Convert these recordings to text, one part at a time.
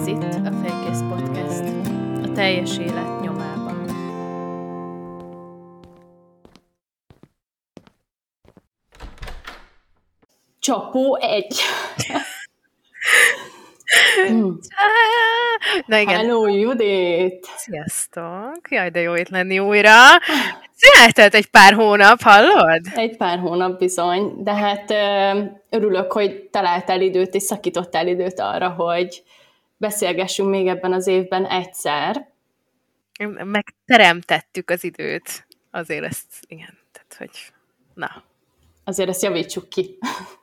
Ez itt a Félkész Podcast, a teljes élet nyomában. Csapó 1. Na igen. Hello, Judit! Sziasztok! Jaj, de jó itt lenni újra. Eltelt egy pár hónap, hallod? Egy pár hónap bizony, de hát örülök, hogy találtál időt és szakítottál időt arra, hogy beszélgessünk még ebben az évben egyszer. Megteremtettük az időt. Azért ezt, igen, tehát hogy, na. Azért ezt javítsuk ki.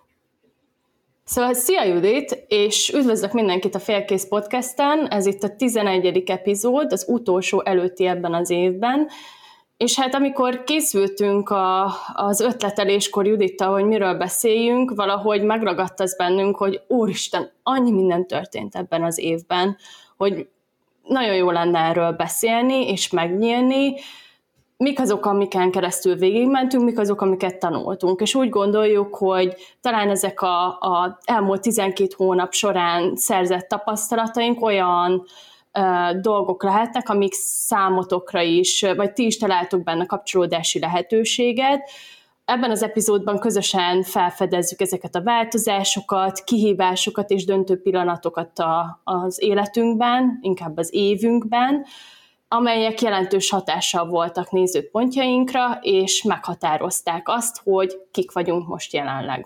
Szóval szia Judit, és üdvözlök mindenkit a Félkész Podcasten, ez itt a 11. epizód, az utolsó előtti ebben az évben, és hát amikor készültünk az ötleteléskor Judittal, hogy miről beszéljünk, valahogy megragadt az bennünk, hogy úristen, annyi minden történt ebben az évben, hogy nagyon jó lenne erről beszélni és megnyílni, mik azok, amiken keresztül végigmentünk, mik azok, amiket tanultunk. És úgy gondoljuk, hogy talán ezek a elmúlt 12 hónap során szerzett tapasztalataink olyan dolgok lehetnek, amik számotokra is, vagy ti is találtok benne kapcsolódási lehetőséget. Ebben az epizódban közösen felfedezzük ezeket a változásokat, kihívásokat és döntő pillanatokat az életünkben, inkább az évünkben, amelyek jelentős hatással voltak nézőpontjainkra, és meghatározták azt, hogy kik vagyunk most jelenleg.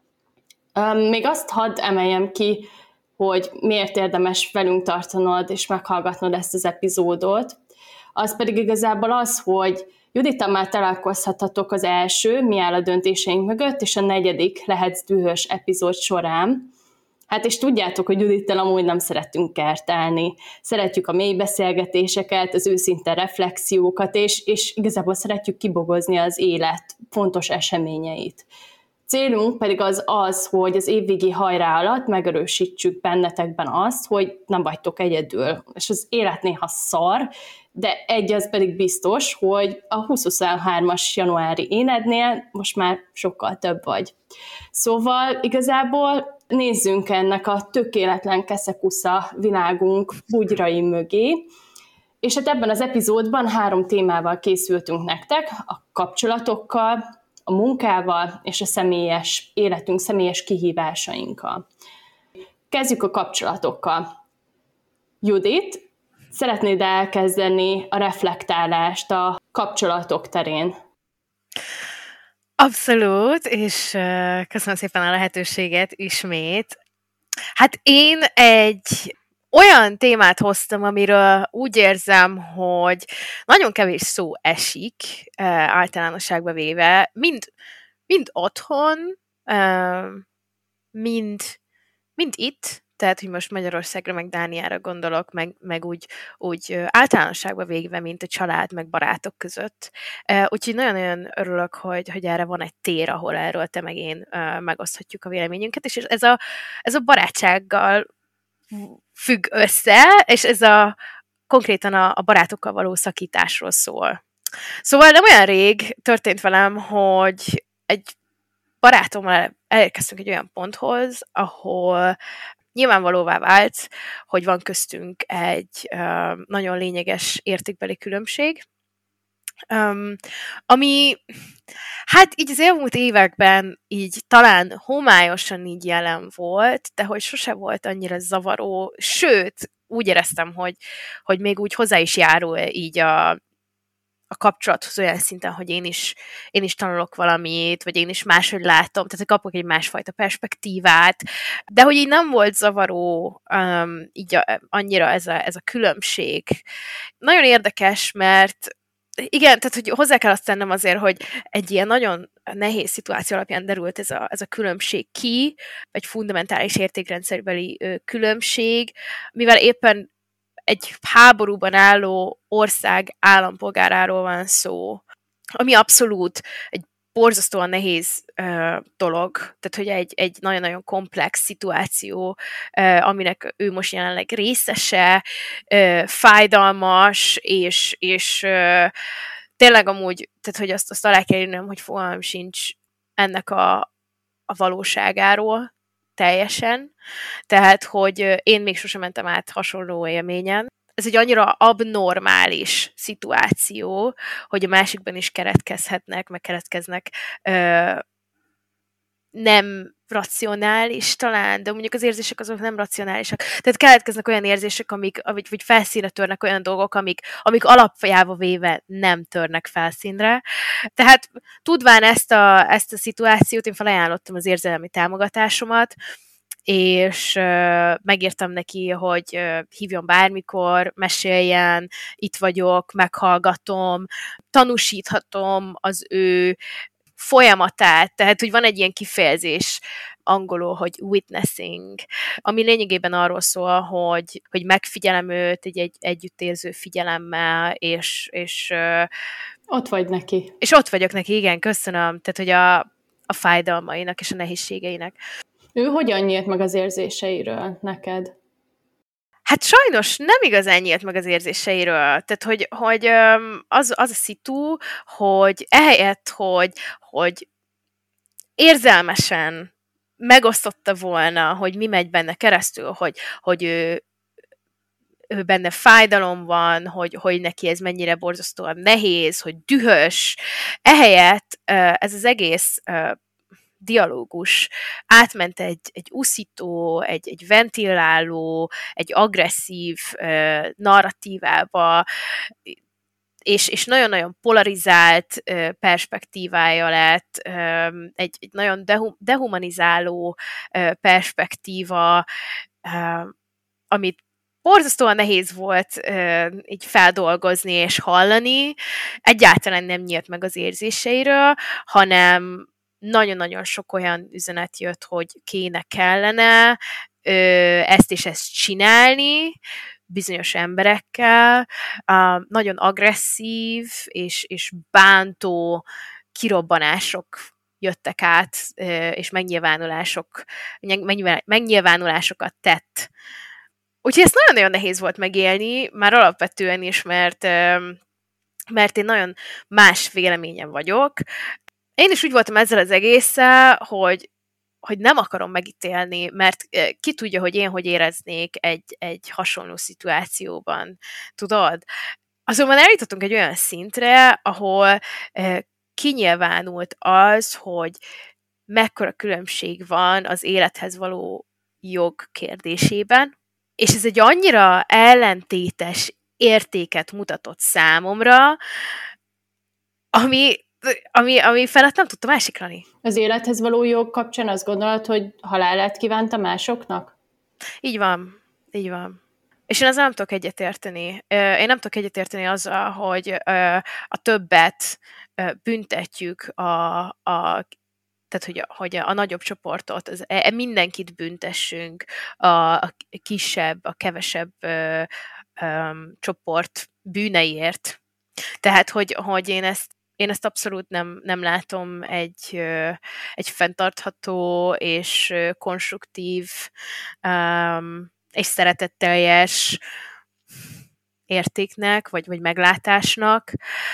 Még azt hadd emeljem ki, hogy miért érdemes velünk tartanod és meghallgatnod ezt az epizódot. Az pedig igazából az, hogy Judittal már találkozhatatok az első, mi áll a döntéseink mögött, és a 4. lehetsz dühös epizód során. Hát és tudjátok, hogy Judittal amúgy nem szeretünk kertelni. Szeretjük a mély beszélgetéseket, az őszinte reflexiókat, és igazából szeretjük kibogozni az élet fontos eseményeit. Célunk pedig az, hogy az évvégi hajrá alatt megerősítsük bennetekben azt, hogy nem vagytok egyedül. És az élet néha szar, de egy az pedig biztos, hogy a 2023-as januári énednél most már sokkal több vagy. Szóval igazából nézzünk ennek a tökéletlen keszekusza világunk bugyrai mögé, és hát ebben az epizódban 3 témával készültünk nektek, a kapcsolatokkal, a munkával és a személyes életünk, személyes kihívásainkkal. Kezdjük a kapcsolatokkal. Judit, szeretnéd elkezdeni a reflektálást a kapcsolatok terén? Abszolút, és köszönöm szépen a lehetőséget ismét. Hát én egy olyan témát hoztam, amiről úgy érzem, hogy nagyon kevés szó esik általánosságba véve, mind otthon, mind itt, tehát, hogy most Magyarországra, meg Dániára gondolok, meg úgy általánosságban végve, mint a család, meg barátok között. Úgyhogy nagyon-nagyon örülök, hogy erre van egy tér, ahol erről te meg én megoszthatjuk a véleményünket, és ez a barátsággal függ össze, és ez konkrétan a barátokkal való szakításról szól. Szóval nem olyan rég történt velem, hogy egy barátommal elérkeztünk egy olyan ponthoz, ahol nyilvánvalóvá vált, hogy van köztünk egy nagyon lényeges értékbeli különbség, ami hát így az elmúlt években így talán homályosan így jelen volt, de hogy sose volt annyira zavaró, sőt, úgy éreztem, hogy még úgy hozzá is járul így a kapcsolathoz olyan szinten, hogy én is tanulok valamit, vagy én is máshogy látom, tehát kapok egy másfajta perspektívát, de hogy így nem volt zavaró így annyira ez a különbség. Nagyon érdekes, mert igen, tehát hogy hozzá kell azt tennem azért, hogy egy ilyen nagyon nehéz szituáció alapján derült ez a különbség ki, egy fundamentális értékrendszerbeli különbség, mivel éppen egy háborúban álló ország állampolgáráról van szó, ami abszolút egy borzasztóan nehéz dolog, tehát hogy egy nagyon-nagyon komplex szituáció, aminek ő most jelenleg részese, fájdalmas, és tényleg amúgy, tehát hogy azt alá kell írnom, hogy fogalmam sincs ennek a valóságáról, teljesen, tehát, hogy én még sosem mentem át hasonló élményen. Ez egy annyira abnormális szituáció, hogy a másikban is meg keletkeznek nem racionális talán, de mondjuk az érzések azok nem racionálisak. Tehát keletkeznek olyan érzések, amik vagy felszínre törnek olyan dolgok, amik alapjába véve nem törnek felszínre. Tehát tudván ezt a szituációt, én felajánlottam az érzelmi támogatásomat, és megírtam neki, hogy hívjon bármikor, meséljen, itt vagyok, meghallgatom, tanúsíthatom az ő folyamatát, tehát hogy van egy ilyen kifejezés angolul, hogy witnessing, ami lényegében arról szól, hogy megfigyelem őt egy együttérző figyelemmel, és ott vagy neki. És ott vagyok neki, igen, köszönöm. Tehát, hogy a fájdalmainak és a nehézségeinek. Ő hogyan nyílt meg az érzéseiről neked? Hát sajnos nem igazán nyílt meg az érzéseiről. Tehát, hogy az a szitu, hogy ehelyett, hogy érzelmesen megosztotta volna, hogy mi megy benne keresztül, hogy ő benne fájdalom van, hogy neki ez mennyire borzasztóan nehéz, hogy dühös. Ehelyett ez az egész dialógus átment egy uszító, egy ventiláló, egy agresszív narratívába, és nagyon-nagyon polarizált perspektívája lett, egy nagyon dehumanizáló perspektíva, amit borzasztóan nehéz volt így feldolgozni és hallani. Egyáltalán nem nyílt meg az érzéseiről, hanem nagyon-nagyon sok olyan üzenet jött, hogy kellene ezt és ezt csinálni bizonyos emberekkel, nagyon agresszív és bántó kirobbanások jöttek át, és megnyilvánulásokat tett. Úgyhogy ezt nagyon-nagyon nehéz volt megélni, már alapvetően is, mert én nagyon más véleményen vagyok. Én is úgy voltam ezzel az egésszel, hogy nem akarom megítélni, mert ki tudja, hogy én hogy éreznék egy hasonló szituációban. Tudod? Azonban eljutottunk egy olyan szintre, ahol kinyilvánult az, hogy mekkora különbség van az élethez való jog kérdésében, és ez egy annyira ellentétes értéket mutatott számomra, ami felett nem tudtam elsiklani. Az élethez való jog kapcsán azt gondolod, hogy halálát kívánta másoknak? Így van. Így van. És én ezzel nem tudok egyetérteni. Én nem tudok egyetérteni azzal, hogy a többet büntetjük tehát, hogy a nagyobb csoportot, mindenkit büntessünk, a kisebb, a kevesebb csoport bűneiért. Tehát, hogy én ezt abszolút nem látom egy fenntartható és konstruktív és szeretetteljes értéknek, vagy meglátásnak.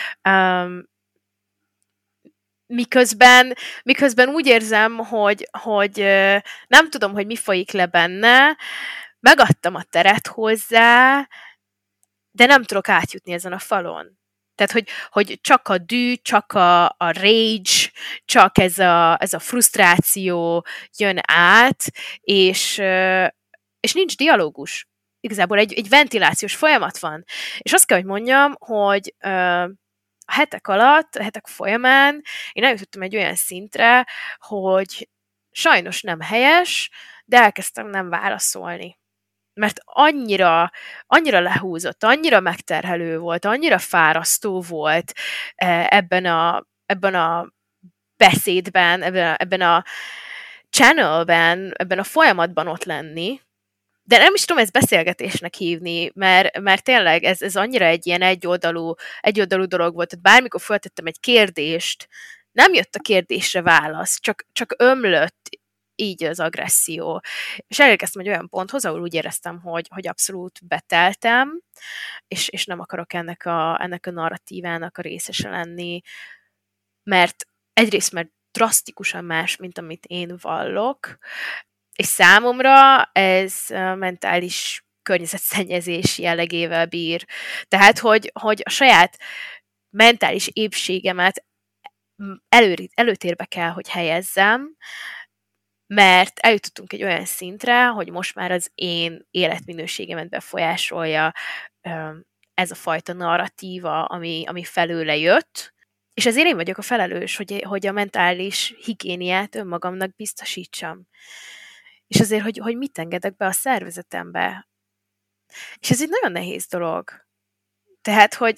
Miközben úgy érzem, hogy nem tudom, hogy mi folyik le benne, megadtam a teret hozzá, de nem tudok átjutni ezen a falon. Tehát, hogy csak a dű, csak a rage, csak ez a frusztráció jön át, és nincs dialógus. Igazából egy ventilációs folyamat van. És azt kell, hogy mondjam, hogy a hetek folyamán én eljutottam egy olyan szintre, hogy sajnos nem helyes, de elkezdtem nem válaszolni. Mert annyira lehúzott, annyira megterhelő volt, annyira fárasztó volt ebben a beszédben, ebben a channelben, ebben a folyamatban ott lenni, de nem is tudom ezt beszélgetésnek hívni, mert tényleg ez annyira egy ilyen egyoldalú dolog volt. Tehát bármikor feltettem egy kérdést, nem jött a kérdésre válasz, csak ömlött így az agresszió. És elérkeztem egy olyan ponthoz, ahol úgy éreztem, hogy abszolút beteltem, és nem akarok ennek a narratívának a részese lenni, mert drasztikusan más, mint amit én vallok, És számomra ez mentális környezetszennyezés jellegével bír. Tehát, hogy a saját mentális épségemet előtérbe kell, hogy helyezzem, mert eljutottunk egy olyan szintre, hogy most már az én életminőségemet befolyásolja ez a fajta narratíva, ami felőle jött, és ezért én vagyok a felelős, hogy a mentális higiéniát önmagamnak biztosítsam. És azért, hogy mit engedek be a szervezetembe. És ez egy nagyon nehéz dolog. Tehát, hogy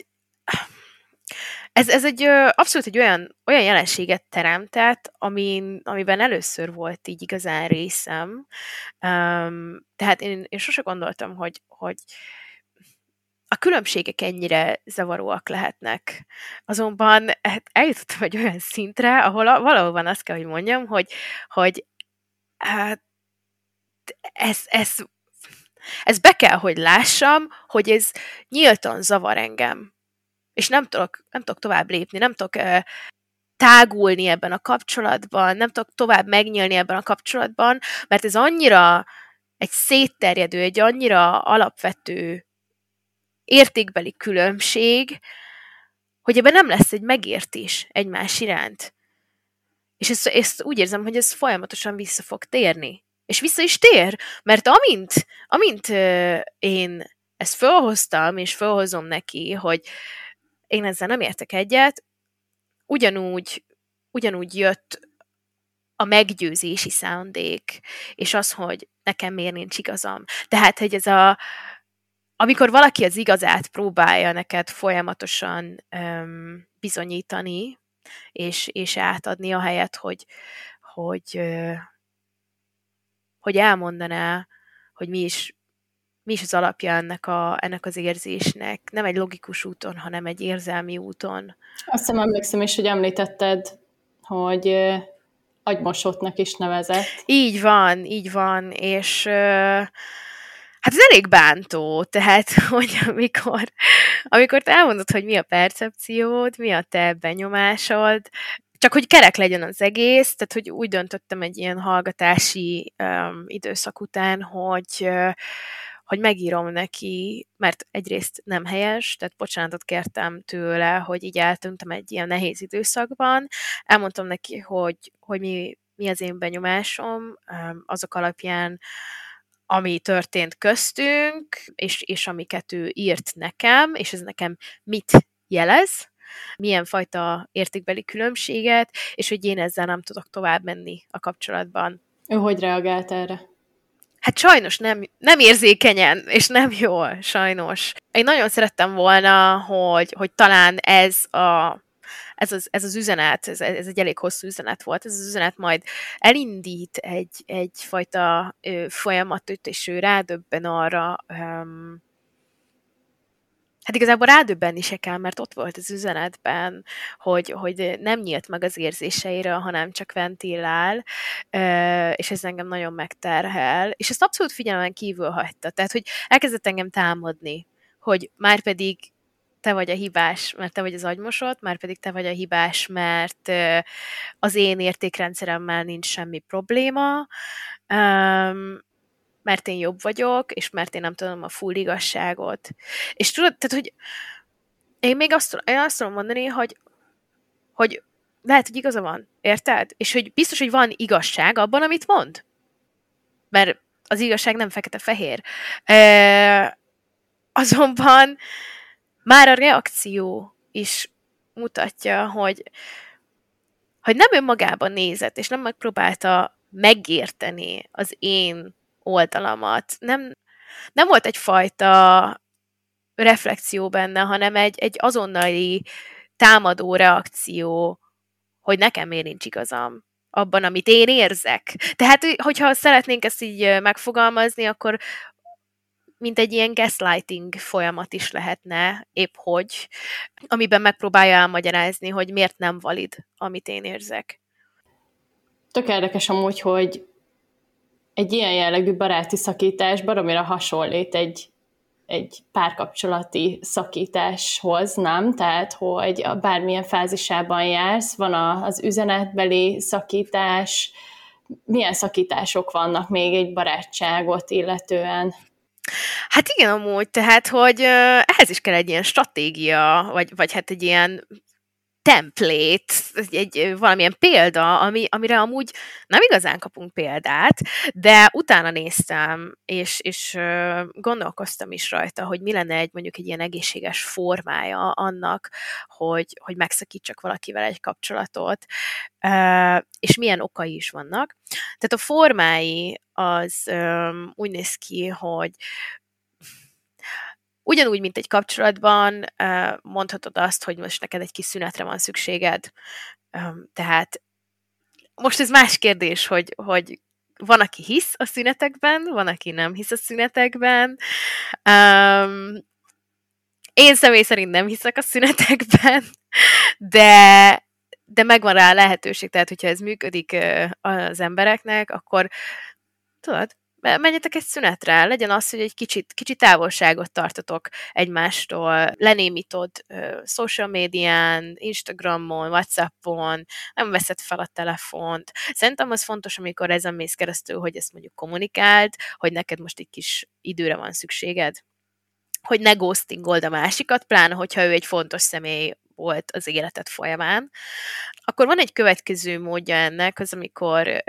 ez abszolút egy olyan jelenséget teremtett, amiben először volt így igazán részem. Tehát én sose gondoltam, hogy a különbségek ennyire zavaróak lehetnek. Azonban eljutottam egy olyan szintre, ahol valahol azt kell, hogy mondjam, hogy hát ez be kell, hogy lássam, hogy ez nyíltan zavar engem. És nem tudok tovább lépni, nem tudok tágulni ebben a kapcsolatban, nem tudok tovább megnyílni ebben a kapcsolatban, mert ez annyira egy szétterjedő, egy annyira alapvető értékbeli különbség, hogy ebben nem lesz egy megértés egymás iránt. És ezt úgy érzem, hogy ez folyamatosan vissza fog térni. És vissza is tér, mert amint én ezt fölhoztam, és fölhozom neki, hogy én ezzel nem értek egyet, ugyanúgy jött a meggyőzési szándék, és az, hogy nekem miért nincs igazam. Tehát, hogy amikor valaki az igazát próbálja neked folyamatosan bizonyítani, és átadni a helyet, hogy elmondaná, hogy mi is az alapja ennek az érzésnek. Nem egy logikus úton, hanem egy érzelmi úton. Azt hiszem, emlékszem is, hogy említetted, hogy agymosottnak is nevezett. Így van, és hát ez elég bántó, tehát, hogy amikor te elmondod, hogy mi a percepciód, mi a te benyomásod, csak hogy kerek legyen az egész, tehát hogy úgy döntöttem egy ilyen hallgatási időszak után, hogy megírom neki, mert egyrészt nem helyes, tehát bocsánatot kértem tőle, hogy így eltűntem egy ilyen nehéz időszakban. Elmondtam neki, hogy mi az én benyomásom, azok alapján, ami történt köztünk, és amiket ő írt nekem, és ez nekem mit jelez, milyen fajta értékbeli különbséget, és hogy én ezzel nem tudok tovább menni a kapcsolatban. Ő hogy reagált erre? Hát sajnos nem érzékenyen, és nem jól, sajnos. Én nagyon szerettem volna, hogy talán ez az üzenet, ez egy elég hosszú üzenet volt, ez az üzenet majd elindít egyfajta folyamatot, és ő rádöbben arra, hát igazából rádöbbenni se kell, mert ott volt az üzenetben, hogy nem nyílt meg az érzéseiről, hanem csak ventilál, és ez engem nagyon megterhel. És ezt abszolút figyelmen kívül hagyta. Tehát, hogy elkezdett engem támadni, hogy márpedig te vagy a hibás, mert te vagy az agymosott, márpedig te vagy a hibás, mert az én értékrendszeremmel nincs semmi probléma, mert én jobb vagyok, és mert én nem tudom a full igazságot. És tudod, tehát, hogy én még azt tudom mondani, hogy lehet, hogy igaza van, érted? És hogy biztos, hogy van igazság abban, amit mond. Mert az igazság nem fekete-fehér. Azonban már a reakció is mutatja, hogy nem önmagában nézett, és nem megpróbálta megérteni az én oldalamat. Nem volt egyfajta reflexió benne, hanem egy azonnali támadó reakció, hogy nekem miért nincs igazam abban, amit én érzek. Tehát, hogyha szeretnénk ezt így megfogalmazni, akkor mint egy ilyen gaslighting folyamat is lehetne, épp hogy, amiben megpróbálja elmagyarázni, hogy miért nem valid, amit én érzek. Tök érdekes amúgy, hogy egy ilyen jellegű baráti szakítás baromira hasonlít egy párkapcsolati szakításhoz, nem? Tehát, hogy bármilyen fázisában jársz, van az üzenetbeli szakítás, milyen szakítások vannak még egy barátságot illetően? Hát igen, amúgy, tehát, hogy ehhez is kell egy ilyen stratégia, vagy hát egy ilyen template, valamilyen példa, amire amúgy nem igazán kapunk példát, de utána néztem, és gondolkoztam is rajta, hogy mi lenne mondjuk egy ilyen egészséges formája annak, hogy megszakítsak valakivel egy kapcsolatot, és milyen okai is vannak. Tehát a formái az úgy néz ki, hogy ugyanúgy, mint egy kapcsolatban, mondhatod azt, hogy most neked egy kis szünetre van szükséged. Tehát most ez más kérdés, hogy van, aki hisz a szünetekben, van, aki nem hisz a szünetekben. Én személy szerint nem hiszek a szünetekben, de megvan rá a lehetőség, tehát hogyha ez működik az embereknek, akkor tudod, menjetek egy szünetre, legyen az, hogy egy kicsit távolságot tartotok egymástól, lenémítod social médián, Instagramon, Whatsappon, nem veszed fel a telefont. Szerintem az fontos, amikor ezen mész keresztül, hogy ezt mondjuk kommunikáld, hogy neked most egy kis időre van szükséged, hogy ne ghostingold a másikat, pláne, hogyha ő egy fontos személy volt az életed folyamán. Akkor van egy következő módja ennek, az amikor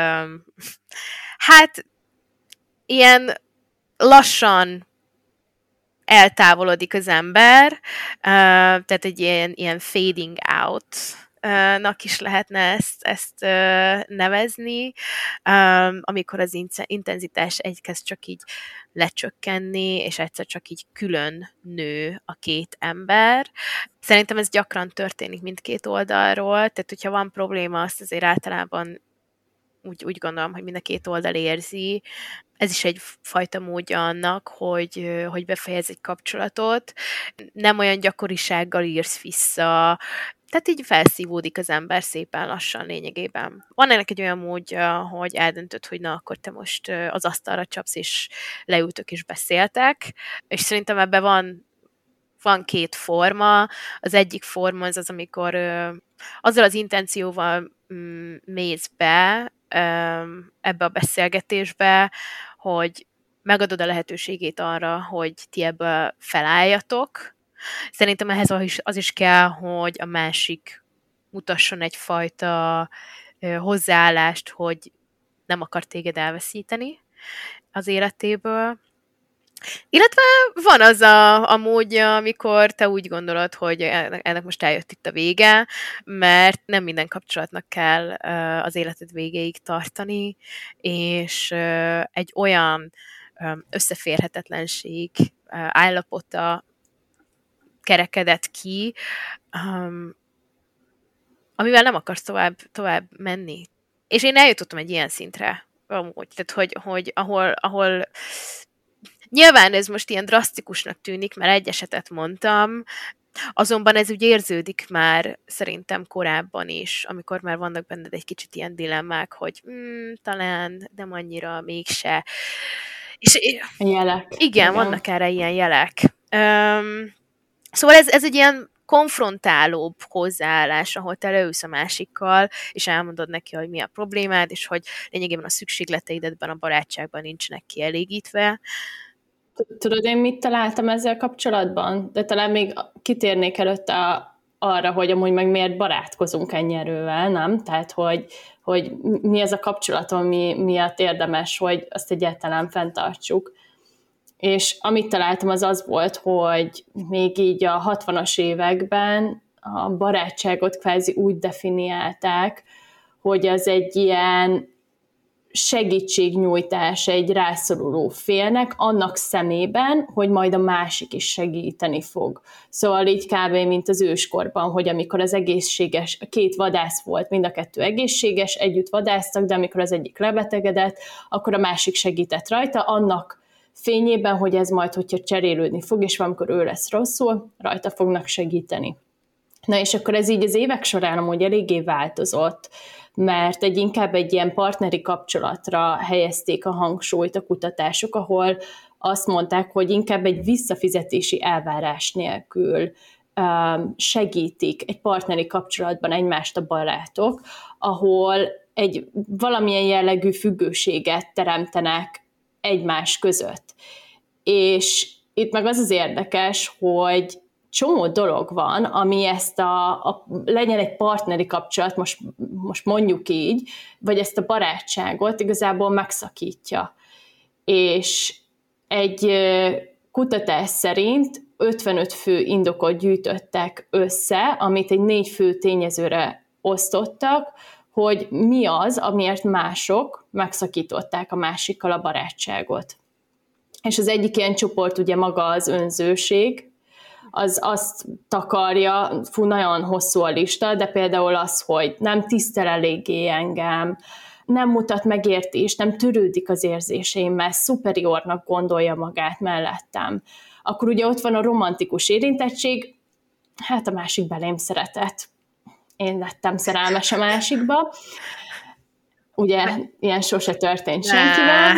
hát ilyen lassan eltávolodik az ember, tehát egy ilyen fading out-nak is lehetne ezt nevezni, amikor az intenzitás kezd csak így lecsökkenni, és egyszer csak így külön nő a két ember. Szerintem ez gyakran történik mindkét oldalról, tehát hogyha van probléma, azt azért általában úgy gondolom, hogy mind a két oldal érzi. Ez is egy fajta módja annak, hogy befejez egy kapcsolatot. Nem olyan gyakorisággal írsz vissza, tehát így felszívódik az ember szépen lassan lényegében. Van ennek egy olyan módja, hogy eldöntöd, hogy na, akkor te most az asztalra csapsz, és leültök és beszéltek, és szerintem ebben van két forma. Az egyik forma az, amikor azzal az intencióval mész be ebbe a beszélgetésbe, hogy megadod a lehetőségét arra, hogy ti ebből felálljatok. Szerintem ehhez az is kell, hogy a másik mutasson egyfajta hozzáállást, hogy nem akar téged elveszíteni az életéből. Illetve van az a módja, amikor te úgy gondolod, hogy ennek most eljött itt a vége, mert nem minden kapcsolatnak kell az életed végéig tartani, és egy olyan összeférhetetlenség állapota kerekedett ki, amivel nem akarsz tovább menni. És én eljutottam egy ilyen szintre, amúgy. Tehát, hogy ahol nyilván ez most ilyen drasztikusnak tűnik, mert egy esetet mondtam, azonban ez úgy érződik már szerintem korábban is, amikor már vannak benned egy kicsit ilyen dilemmák, hogy talán nem annyira mégse. És jelek. Igen, vannak erre ilyen jelek. Szóval ez egy ilyen konfrontálóbb hozzáállás, ahol te leülsz a másikkal, és elmondod neki, hogy mi a problémád, és hogy lényegében a szükségleteidben a barátságban nincsenek kielégítve. Tudod, én mit találtam ezzel kapcsolatban? De talán még kitérnék előtte arra, hogy amúgy meg miért barátkozunk ennyi erővel, nem? Tehát, hogy mi ez a kapcsolat, ami miatt érdemes, hogy azt egyáltalán fenntartsuk. És amit találtam, az volt, hogy még így a 60-as években a barátságot kvázi úgy definiálták, hogy az egy ilyen segítségnyújtás egy rászoruló félnek, annak szemében, hogy majd a másik is segíteni fog. Szóval így kb. Mint az őskorban, hogy amikor az egészséges, két vadász volt, mind a kettő egészséges, együtt vadásztak, de amikor az egyik lebetegedett, akkor a másik segített rajta, annak fényében, hogy ez majd, hogyha cserélődni fog, és valamikor ő lesz rosszul, rajta fognak segíteni. Na és akkor ez így az évek során amúgy eléggé változott, mert inkább egy ilyen partneri kapcsolatra helyezték a hangsúlyt a kutatások, ahol azt mondták, hogy inkább egy visszafizetési elvárás nélkül segítik egy partneri kapcsolatban egymást a barátok, ahol egy valamilyen jellegű függőséget teremtenek egymás között. És itt meg az érdekes, hogy csomó dolog van, ami ezt legyen egy partneri kapcsolat, most mondjuk így, vagy ezt a barátságot igazából megszakítja. És egy kutatás szerint 55 fő indokot gyűjtöttek össze, amit egy 4 fő tényezőre osztottak, hogy mi az, amiért mások megszakították a másikkal a barátságot. És az egyik ilyen csoport ugye maga az önzőség, az azt takarja, nagyon hosszú a lista, de például az, hogy nem tisztel eléggé engem, nem mutat megértést, nem törődik az érzéseimmel, szuperiornak gondolja magát mellettem. Akkor ugye ott van a romantikus érintettség, hát a másik belém szeretett. Én lettem szerelmes a másikba. Ugye, ilyen sose történt senkivel.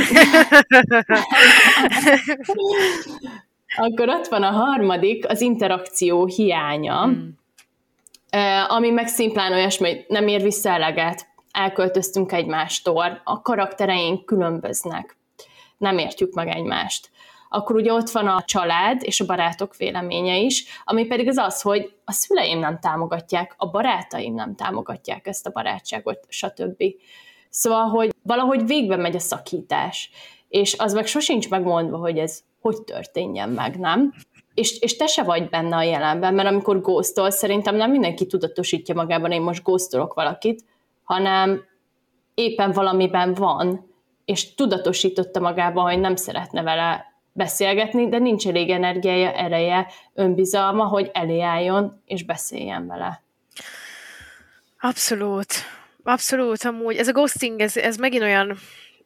Akkor ott van a harmadik, az interakció hiánya, ami meg szimplán olyasmi, hogy nem ér vissza eleget, elköltöztünk egymástól, a karaktereink különböznek, nem értjük meg egymást. Akkor ugye ott van a család és a barátok véleménye is, ami pedig az, hogy a szüleim nem támogatják, a barátaim nem támogatják ezt a barátságot, stb. Szóval, hogy valahogy végbe megy a szakítás, és az meg sosincs megmondva, hogy ez hogy történjen meg, nem? És te se vagy benne a jelenben, mert amikor ghostol, szerintem nem mindenki tudatosítja magában, én most ghostolok valakit, hanem éppen valamiben van, és tudatosította magában, hogy nem szeretne vele beszélgetni, de nincs elég energiája, ereje, önbizalma, hogy elé álljon, és beszéljen vele. Abszolút. Abszolút, amúgy. Ez a ghosting, ez megint olyan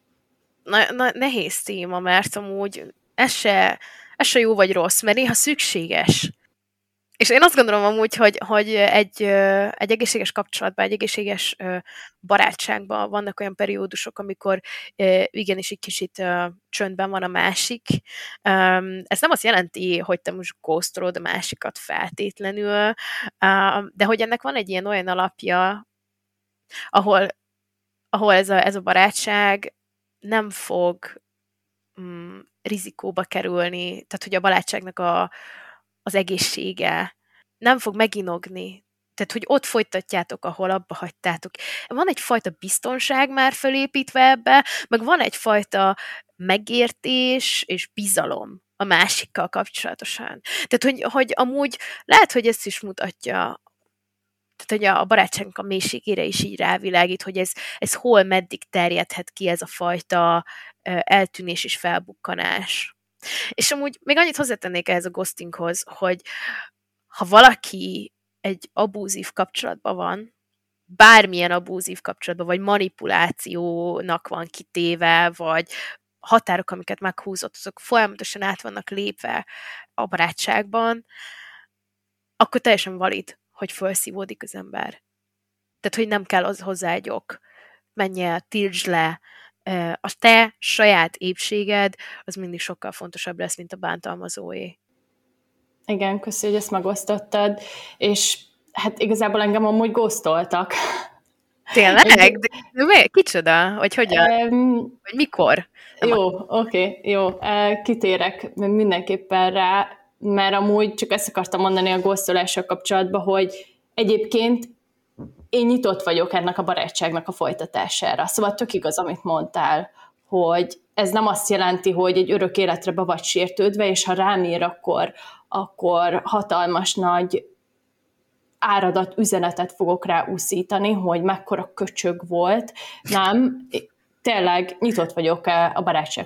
nehéz téma, mert amúgy ez se jó vagy rossz, mert néha szükséges. És én azt gondolom amúgy, hogy egy egészséges kapcsolatban, egy egészséges barátságban vannak olyan periódusok, amikor igenis egy kicsit csöndben van a másik. Ez nem azt jelenti, hogy te most ghostolod a másikat feltétlenül, de hogy ennek van egy ilyen olyan alapja, ahol ez a barátság nem fog rizikóba kerülni, tehát hogy a barátságnak az egészsége nem fog meginogni. Tehát, hogy ott folytatjátok, ahol abba hagytátok. Van egyfajta biztonság már felépítve ebbe, meg van egyfajta megértés és bizalom a másikkal kapcsolatosan. Tehát, hogy amúgy lehet, hogy ezt is mutatja, tehát, hogy a barátságnak a mélységére is így rávilágít, hogy ez hol, meddig terjedhet ki ez a fajta eltűnés és felbukkanás. És amúgy még annyit hozzátennék ehhez a ghostinghoz, hogy ha valaki egy abúzív kapcsolatban van, bármilyen abúzív kapcsolatban, vagy manipulációnak van kitéve, vagy határok, amiket meghúzott, azok folyamatosan át vannak lépve a barátságban, akkor teljesen valid, hogy felszívódik az ember. Tehát, hogy nem kell hozzá egy ok. Menj el, tiltsd le. A te saját épséged az mindig sokkal fontosabb lesz, mint a bántalmazóé. Igen, köszi, hogy ezt megosztottad, és hát igazából engem amúgy ghostoltak. Tényleg? De miért? Kicsoda? Vagy hogyan? Vagy mikor? Jó. Kitérek mindenképpen rá, mert amúgy csak ezt akartam mondani a ghostolással kapcsolatban, hogy egyébként én nyitott vagyok ennek a barátságnak a folytatására. Szóval tök igaz, amit mondtál, hogy ez nem azt jelenti, hogy egy örök életre be vagy sértődve, és ha rám ír, akkor hatalmas nagy áradat üzenetet fogok rá úszítani, hogy mekkora köcsög volt. Nem, tényleg nyitott vagyok a barátság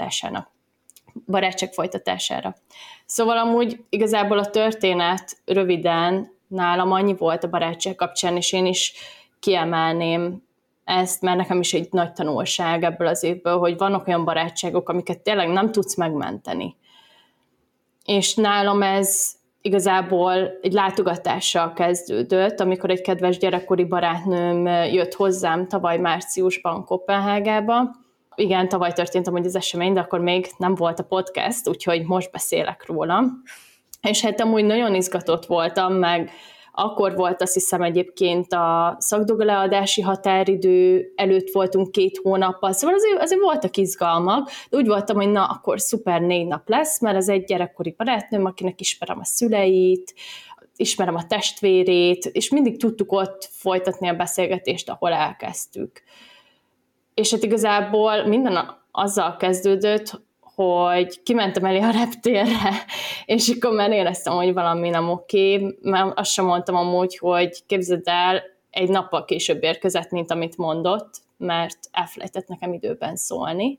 folytatására. Szóval amúgy igazából a történet röviden nálam annyi volt a barátság kapcsán, és én is kiemelném ezt, mert nekem is egy nagy tanulság ebből az évből, hogy vannak olyan barátságok, amiket tényleg nem tudsz megmenteni. És nálam ez igazából egy látogatással kezdődött, amikor egy kedves gyerekkori barátnőm jött hozzám tavaly márciusban Koppenhágába. Igen, tavaly történt amúgy az esemény, de akkor még nem volt a podcast, úgyhogy most beszélek róla. És hát amúgy nagyon izgatott voltam, meg Akkor volt, azt hiszem, egyébként a szakdolgoztatási határidő előtt voltunk 2 hónappal, szóval azért voltak izgalmak, de úgy voltam, hogy na, akkor szuper 4 nap lesz, mert az egy gyerekkori barátnőm, akinek ismerem a szüleit, ismerem a testvérét, és mindig tudtuk ott folytatni a beszélgetést, ahol elkezdtük. És hát igazából minden azzal kezdődött, hogy kimentem elé a reptérre, és akkor már éreztem, hogy valami nem oké, mert azt sem mondtam amúgy, hogy képzeld el, egy nappal később érkezett, mint amit mondott, mert elfelejtett nekem időben szólni,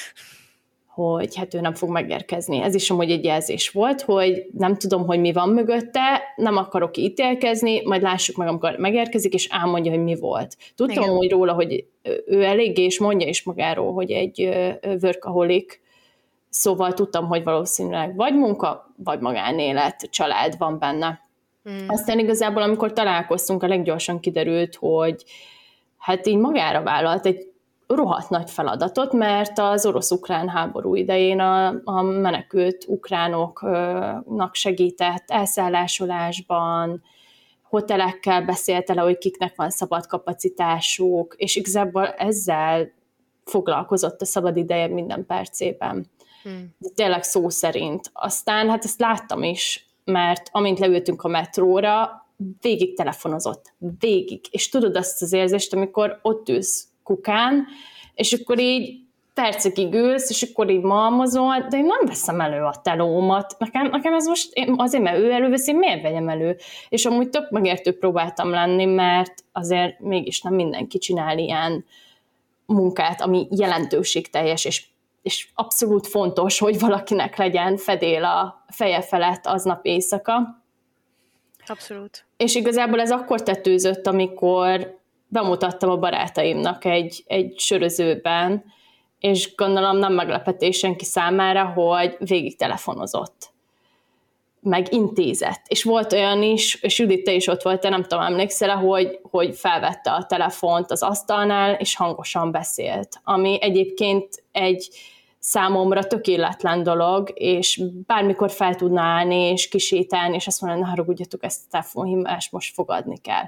hogy hát ő nem fog megérkezni. Ez is amúgy egy jelzés volt, hogy nem tudom, hogy mi van mögötte, nem akarok ítélkezni, majd lássuk meg, amikor megérkezik, és elmondja, hogy mi volt. Tudtam amúgy róla, hogy ő eléggé, és mondja is magáról, hogy egy workaholic, szóval tudtam, hogy valószínűleg vagy munka, vagy magánélet, család van benne. Aztán igazából, amikor találkoztunk, a leggyorsan kiderült, hogy hát így magára vállalt egy rohadt nagy feladatot, mert az orosz-ukrán háború idején a menekült ukránoknak segített elszállásolásban, hotelekkel beszélt el, hogy kiknek van szabad kapacitásuk, és igazából ezzel foglalkozott a szabad ideje minden percében. De tényleg szó szerint. Aztán hát ezt láttam is, mert amint leültünk a metróra, végig telefonozott. Végig. És tudod azt az érzést, amikor ott ülsz kukán, és akkor így percekig ülsz, és akkor így malmozol, de én nem veszem elő a telómat. Nekem ez most azért, mert ő előveszi, miért vegyem elő? És amúgy tök megértő próbáltam lenni, mert azért mégis nem mindenki csinál ilyen munkát, ami jelentőségteljes, és abszolút fontos, hogy valakinek legyen fedél a feje felett aznap éjszaka. Abszolút. És igazából ez akkor tetőzött, amikor bemutattam a barátaimnak egy sörözőben, és gondolom nem meglepetés senki számára, hogy végig telefonozott, meg intézett. És volt olyan is, és Judit, te is ott voltál, nem tudom, emlékszel, hogy felvette a telefont az asztalnál, és hangosan beszélt, ami egyébként egy számomra tökéletlen dolog, és bármikor fel tudna állni, és kisétálni, és azt mondani, ne haragudjatok, ezt a telefonhívást most fogadni kell.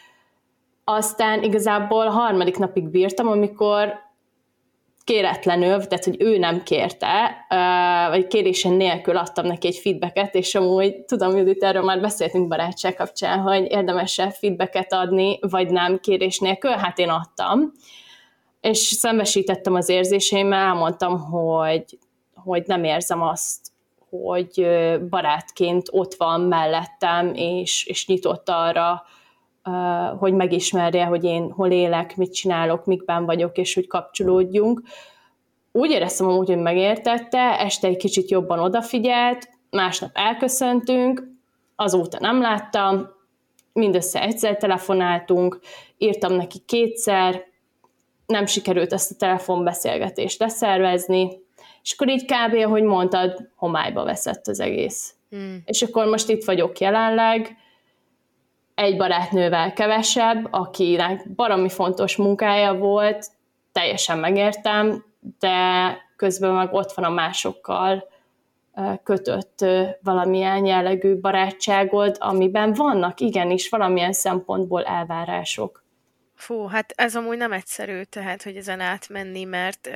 Aztán igazából a 3. napig bírtam, amikor kéretlenül, tehát hogy ő nem kérte, vagy kérésen nélkül adtam neki egy feedbacket, és amúgy tudom, Judit, erről már beszéltünk barátság kapcsán, hogy érdemes-e feedbacket adni, vagy nem kérés nélkül, hát én adtam. És szembesítettem az érzéseimmel, elmondtam, hogy nem érzem azt, hogy barátként ott van mellettem, és nyitott arra, hogy megismerje, hogy én hol élek, mit csinálok, mikben vagyok, és hogy kapcsolódjunk. Úgy éreztem amúgy, hogy megértette, este egy kicsit jobban odafigyelt, másnap elköszöntünk, azóta nem láttam, mindössze egyszer telefonáltunk, írtam neki 2-szer, nem sikerült ezt a telefonbeszélgetést leszervezni, és akkor így kb. Ahogy mondtad, homályba veszett az egész. És akkor most itt vagyok jelenleg, egy barátnővel kevesebb, akinek baromi fontos munkája volt, teljesen megértem, de közben meg ott van a másokkal kötött valamilyen jellegű barátságod, amiben vannak igenis valamilyen szempontból elvárások. Fú, hát ez amúgy nem egyszerű, tehát, hogy ezen átmenni, mert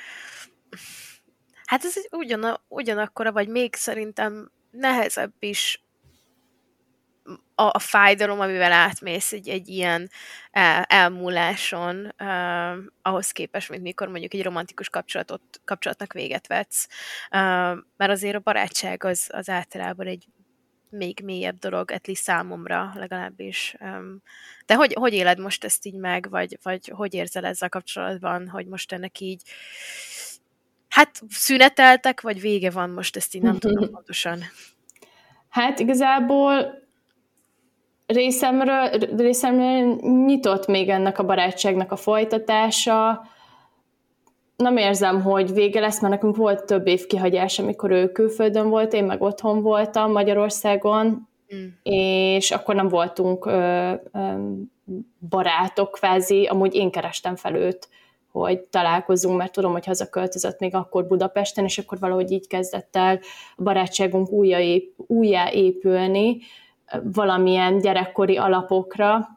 hát ez ugyanakkora, vagy még szerintem nehezebb is a fájdalom, amivel átmész egy ilyen elmúláson, ahhoz képest, mint mikor mondjuk egy romantikus kapcsolatnak véget vetsz. Mert azért a barátság az általában egy még mélyebb dolog, at least számomra legalábbis. De hogy éled most ezt így meg, vagy hogy érzel ezzel kapcsolatban, hogy most ennek így hát szüneteltek, vagy vége van most, ezt így nem tudom pontosan. Hát igazából részemről nyitott még ennek a barátságnak a folytatása. Nem érzem, hogy vége lesz, mert nekünk volt több év kihagyás, amikor ő külföldön volt, én meg otthon voltam Magyarországon, és akkor nem voltunk barátok kvázi, amúgy én kerestem fel őt, hogy találkozzunk, mert tudom, hogy hazaköltözött még akkor Budapesten, és akkor valahogy így kezdett el a barátságunk újjáépülni. valamilyen gyerekkori alapokra.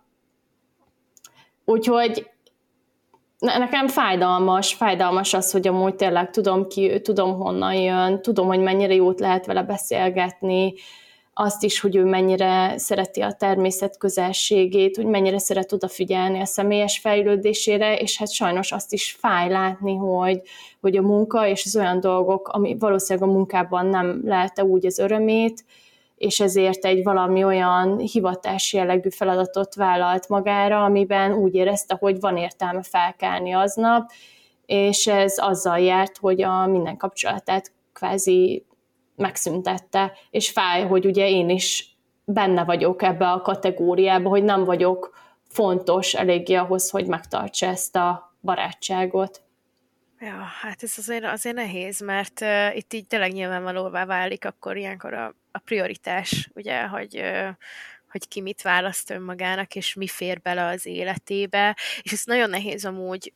Úgyhogy nekem fájdalmas az, hogy amúgy tényleg tudom ki, tudom honnan jön, tudom, hogy mennyire jót lehet vele beszélgetni, azt is, hogy ő mennyire szereti a természet közelségét, hogy mennyire szeret odafigyelni a személyes fejlődésére, és hát sajnos azt is fáj látni, hogy a munka és az olyan dolgok, ami valószínűleg a munkában nem lelte úgy az örömét, és ezért egy valami olyan hivatási jellegű feladatot vállalt magára, amiben úgy érezte, hogy van értelme felkelni aznap, és ez azzal járt, hogy a minden kapcsolatát kvázi megszüntette, és fáj, hogy ugye én is benne vagyok ebbe a kategóriába, hogy nem vagyok fontos eléggé ahhoz, hogy megtartsa ezt a barátságot. Ja, hát ez azért nehéz, mert itt így tényleg nyilvánvalóvá válik akkor ilyenkor a prioritás, ugye, hogy ki mit választ önmagának, és mi fér bele az életébe, és ez nagyon nehéz amúgy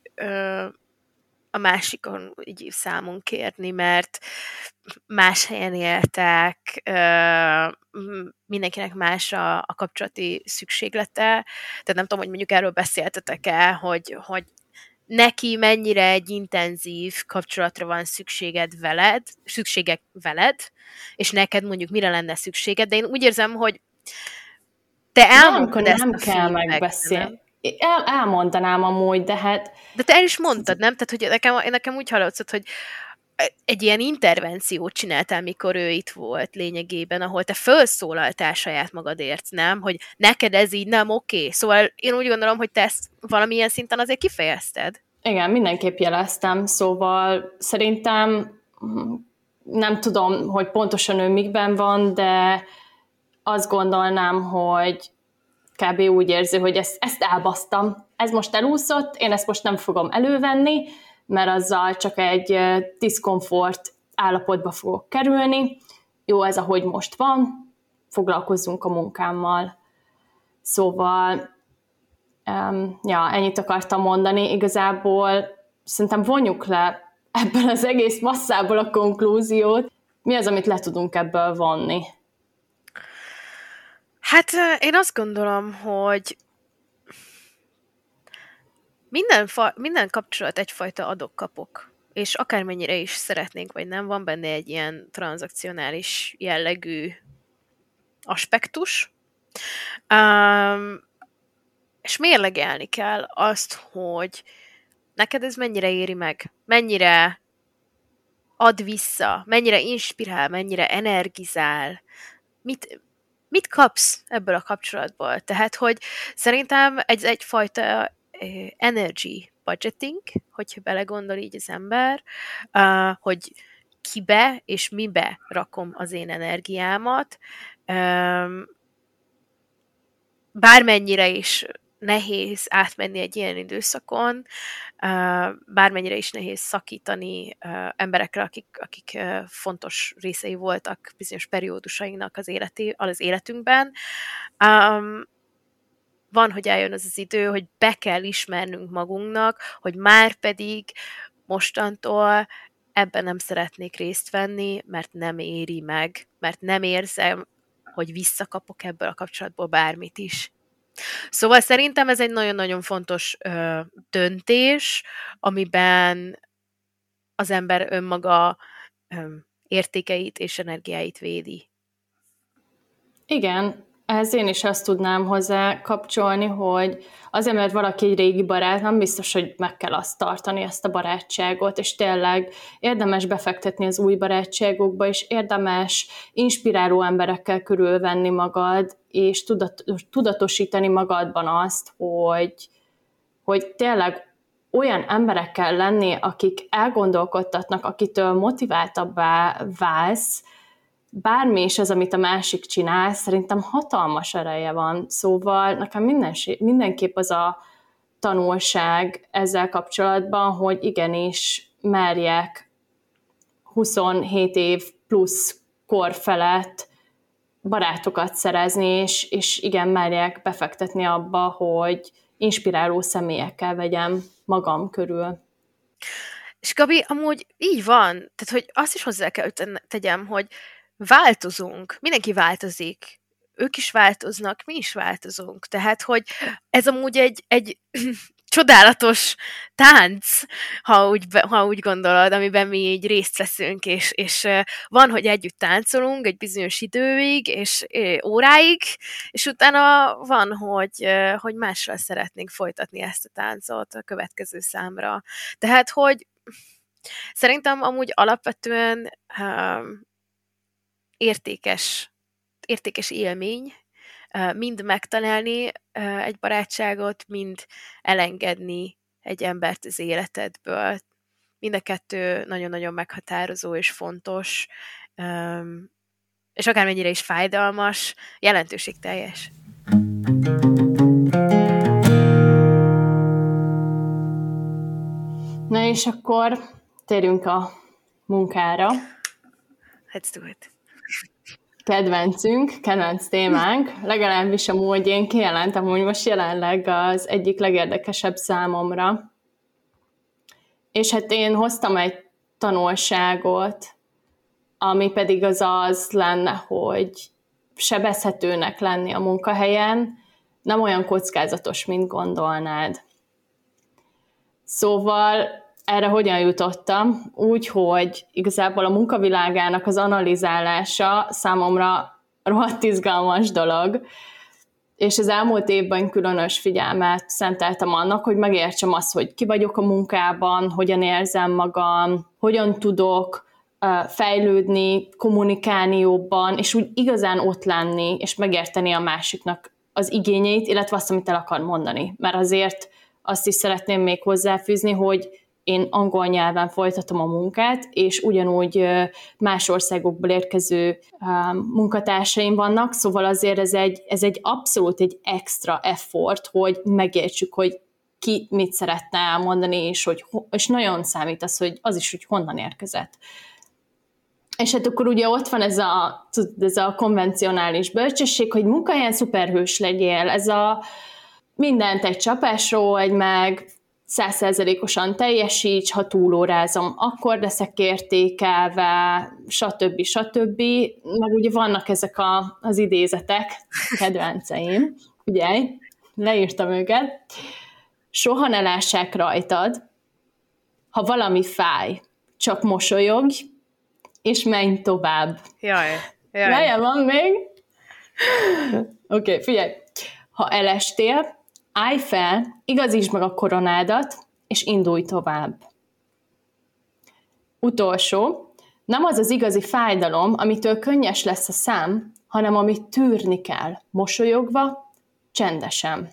a másikon így számon kérni, mert más helyen éltek, mindenkinek más a kapcsolati szükséglete, tehát nem tudom, hogy mondjuk erről beszéltetek-e, hogy neki mennyire egy intenzív kapcsolatra van szüksége veled, és neked mondjuk mire lenne szükséged, de én úgy érzem, hogy te elmondtad ezt nem a kell megbeszélni. Elmondanám amúgy, de hát... De te el is mondtad, nem? Tehát, hogy nekem úgy hallatszott, hogy egy ilyen intervenciót csináltál, mikor ő itt volt lényegében, ahol te felszólaltál saját magadért, nem? Hogy neked ez így nem oké. Szóval én úgy gondolom, hogy te ezt valamilyen szinten azért kifejezted. Igen, mindenképp jeleztem, szóval szerintem nem tudom, hogy pontosan ő mikben van, de azt gondolnám, hogy kb. Úgy érzi, hogy ezt elbasztam. Ez most elúszott, én ezt most nem fogom elővenni, mert azzal csak egy diszkomfort állapotba fogok kerülni. Jó, ez ahogy most van, foglalkozzunk a munkámmal. Szóval, ennyit akartam mondani. Igazából szerintem vonjuk le ebből az egész masszából a konklúziót. Mi az, amit le tudunk ebből vonni? Hát én azt gondolom, hogy minden kapcsolat egyfajta adok-kapok, és akármennyire is szeretnénk, vagy nem, van benne egy ilyen tranzakcionális jellegű aspektus, és mérlegelni kell azt, hogy neked ez mennyire éri meg, mennyire ad vissza, mennyire inspirál, mennyire energizál, mit kapsz ebből a kapcsolatból. Tehát, hogy szerintem egyfajta energy budgeting, hogyha belegondol így az ember, hogy kibe és mibe rakom az én energiámat, bármennyire is nehéz átmenni egy ilyen időszakon, bármennyire is nehéz szakítani emberekre, akik fontos részei voltak bizonyos periódusainknak az életünkben. Van, hogy eljön az idő, hogy be kell ismernünk magunknak, hogy már pedig mostantól ebben nem szeretnék részt venni, mert nem éri meg, mert nem érzem, hogy visszakapok ebből a kapcsolatból bármit is. Szóval szerintem ez egy nagyon-nagyon fontos döntés, amiben az ember önmaga értékeit és energiáit védi. Igen, ehhez én is azt tudnám hozzá kapcsolni, hogy azért, mert valaki egy régi barát, nem biztos, hogy meg kell azt tartani, ezt a barátságot, és tényleg érdemes befektetni az új barátságokba, és érdemes inspiráló emberekkel körülvenni magad, és tudatosítani magadban azt, hogy tényleg olyan emberekkel lenni, akik elgondolkodtatnak, akitől motiváltabbá válsz, bármi is az, amit a másik csinál, szerintem hatalmas ereje van. Szóval nekem mindenképp az a tanulság ezzel kapcsolatban, hogy igenis merjek 27 év plusz kor felett barátokat szerezni, és igen, merjek befektetni abba, hogy inspiráló személyekkel vegyem magam körül. És Gabi, amúgy így van, tehát hogy azt is hozzá kell tegyem, hogy változunk, mindenki változik, ők is változnak, mi is változunk. Tehát, hogy ez amúgy egy csodálatos tánc, ha úgy gondolod, amiben mi így részt veszünk, és van, hogy együtt táncolunk egy bizonyos időig, és óráig, és utána van, hogy mással szeretnénk folytatni ezt a táncot a következő számra. Tehát, hogy szerintem amúgy alapvetően értékes élmény, mind megtalálni egy barátságot, mind elengedni egy embert az életedből. Mind a kettő nagyon-nagyon meghatározó és fontos, és akármennyire is fájdalmas, jelentőségteljes. Na és akkor térjünk a munkára. Let's do it. Kedvenc témánk, legalábbis amúgy én kijelentem, hogy most jelenleg az egyik legérdekesebb számomra. És hát én hoztam egy tanulságot, ami pedig az lenne, hogy sebezhetőnek lenni a munkahelyen nem olyan kockázatos, mint gondolnád. Szóval erre hogyan jutottam? Úgy, hogy igazából a munkavilágának az analizálása számomra rohadt izgalmas dolog, és az elmúlt évben különös figyelmet szenteltem annak, hogy megértsem azt, hogy ki vagyok a munkában, hogyan érzem magam, hogyan tudok fejlődni, kommunikálni jobban, és úgy igazán ott lenni, és megérteni a másiknak az igényeit, illetve azt, amit el akar mondani. Mert azért azt is szeretném még hozzáfűzni, hogy én angol nyelven folytatom a munkát, és ugyanúgy más országokból érkező munkatársaim vannak, szóval azért ez egy abszolút egy extra effort, hogy megértsük, hogy ki mit szeretne elmondani, és nagyon számít az is, hogy honnan érkezett. És hát akkor ugye ott van ez a konvencionális bölcsesség, hogy munkahelyen szuperhős legyél, ez a mindent egy csapásról oldj meg, 100%-osan teljesíts, ha túlórázom, akkor leszek értékelve, stb. Meg ugye vannak ezek az idézetek, kedvenceim, ugye, leírtam őket. Soha ne lássák rajtad, ha valami fáj, csak mosolyogj, és menj tovább. Jaj. Van még? Oké, figyelj. Ha elestél, állj fel, igazítsd meg a koronádat, és indulj tovább. Utolsó, nem az az igazi fájdalom, amitől könnyes lesz a szám, hanem amit tűrni kell, mosolyogva, csendesen.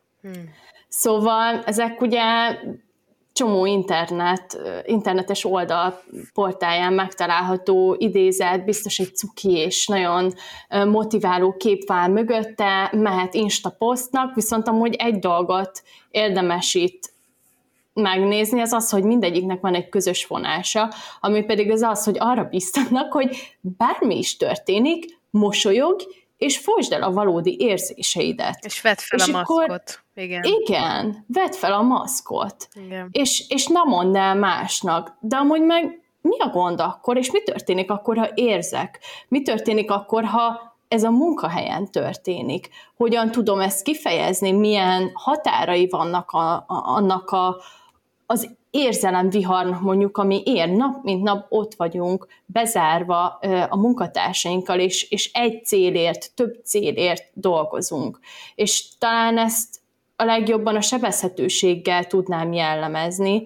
Szóval ezek ugye csomó internetes oldal portáján megtalálható idézet, biztos egy cuki és nagyon motiváló kép vár mögötte, mehet Insta posztnak, viszont amúgy egy dolgot érdemes itt megnézni, az, hogy mindegyiknek van egy közös vonása, ami pedig az, hogy arra biztatnak, hogy bármi is történik, mosolyogj, és folytsd el a valódi érzéseidet. És vedd fel a maszkot. Igen, vedd fel a maszkot. Igen. És ne mondd el másnak. De amúgy meg mi a gond akkor, és mi történik akkor, ha érzek? Mi történik akkor, ha ez a munkahelyen történik? Hogyan tudom ezt kifejezni? Milyen határai vannak annak az érzelemviharnak mondjuk, ami ér, nap mint nap ott vagyunk, bezárva a munkatársainkkal, és egy célért, több célért dolgozunk. És talán ezt a legjobban a sebezhetőséggel tudnám jellemezni,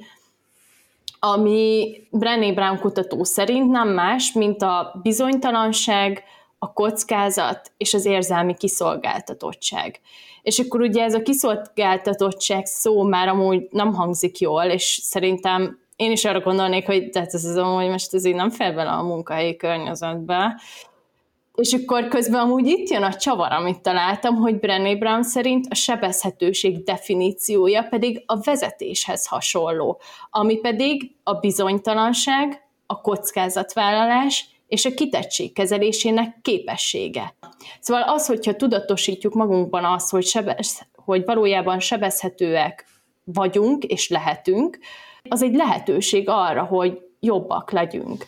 ami Brené Brown kutató szerint nem más, mint a bizonytalanság, a kockázat és az érzelmi kiszolgáltatottság. És akkor ugye ez a kiszolgáltatottság szó már amúgy nem hangzik jól, és szerintem én is arra gondolnék, hogy tehát ez amúgy most ez így nem fér bele a munkahelyi környezetbe. És akkor közben amúgy itt jön a csavar, amit találtam, hogy Brené Brown szerint a sebezhetőség definíciója pedig a vezetéshez hasonló, ami pedig a bizonytalanság, a kockázatvállalás és a kitettség kezelésének képessége. Szóval az, hogyha tudatosítjuk magunkban azt, hogy valójában sebezhetőek vagyunk és lehetünk, az egy lehetőség arra, hogy jobbak legyünk.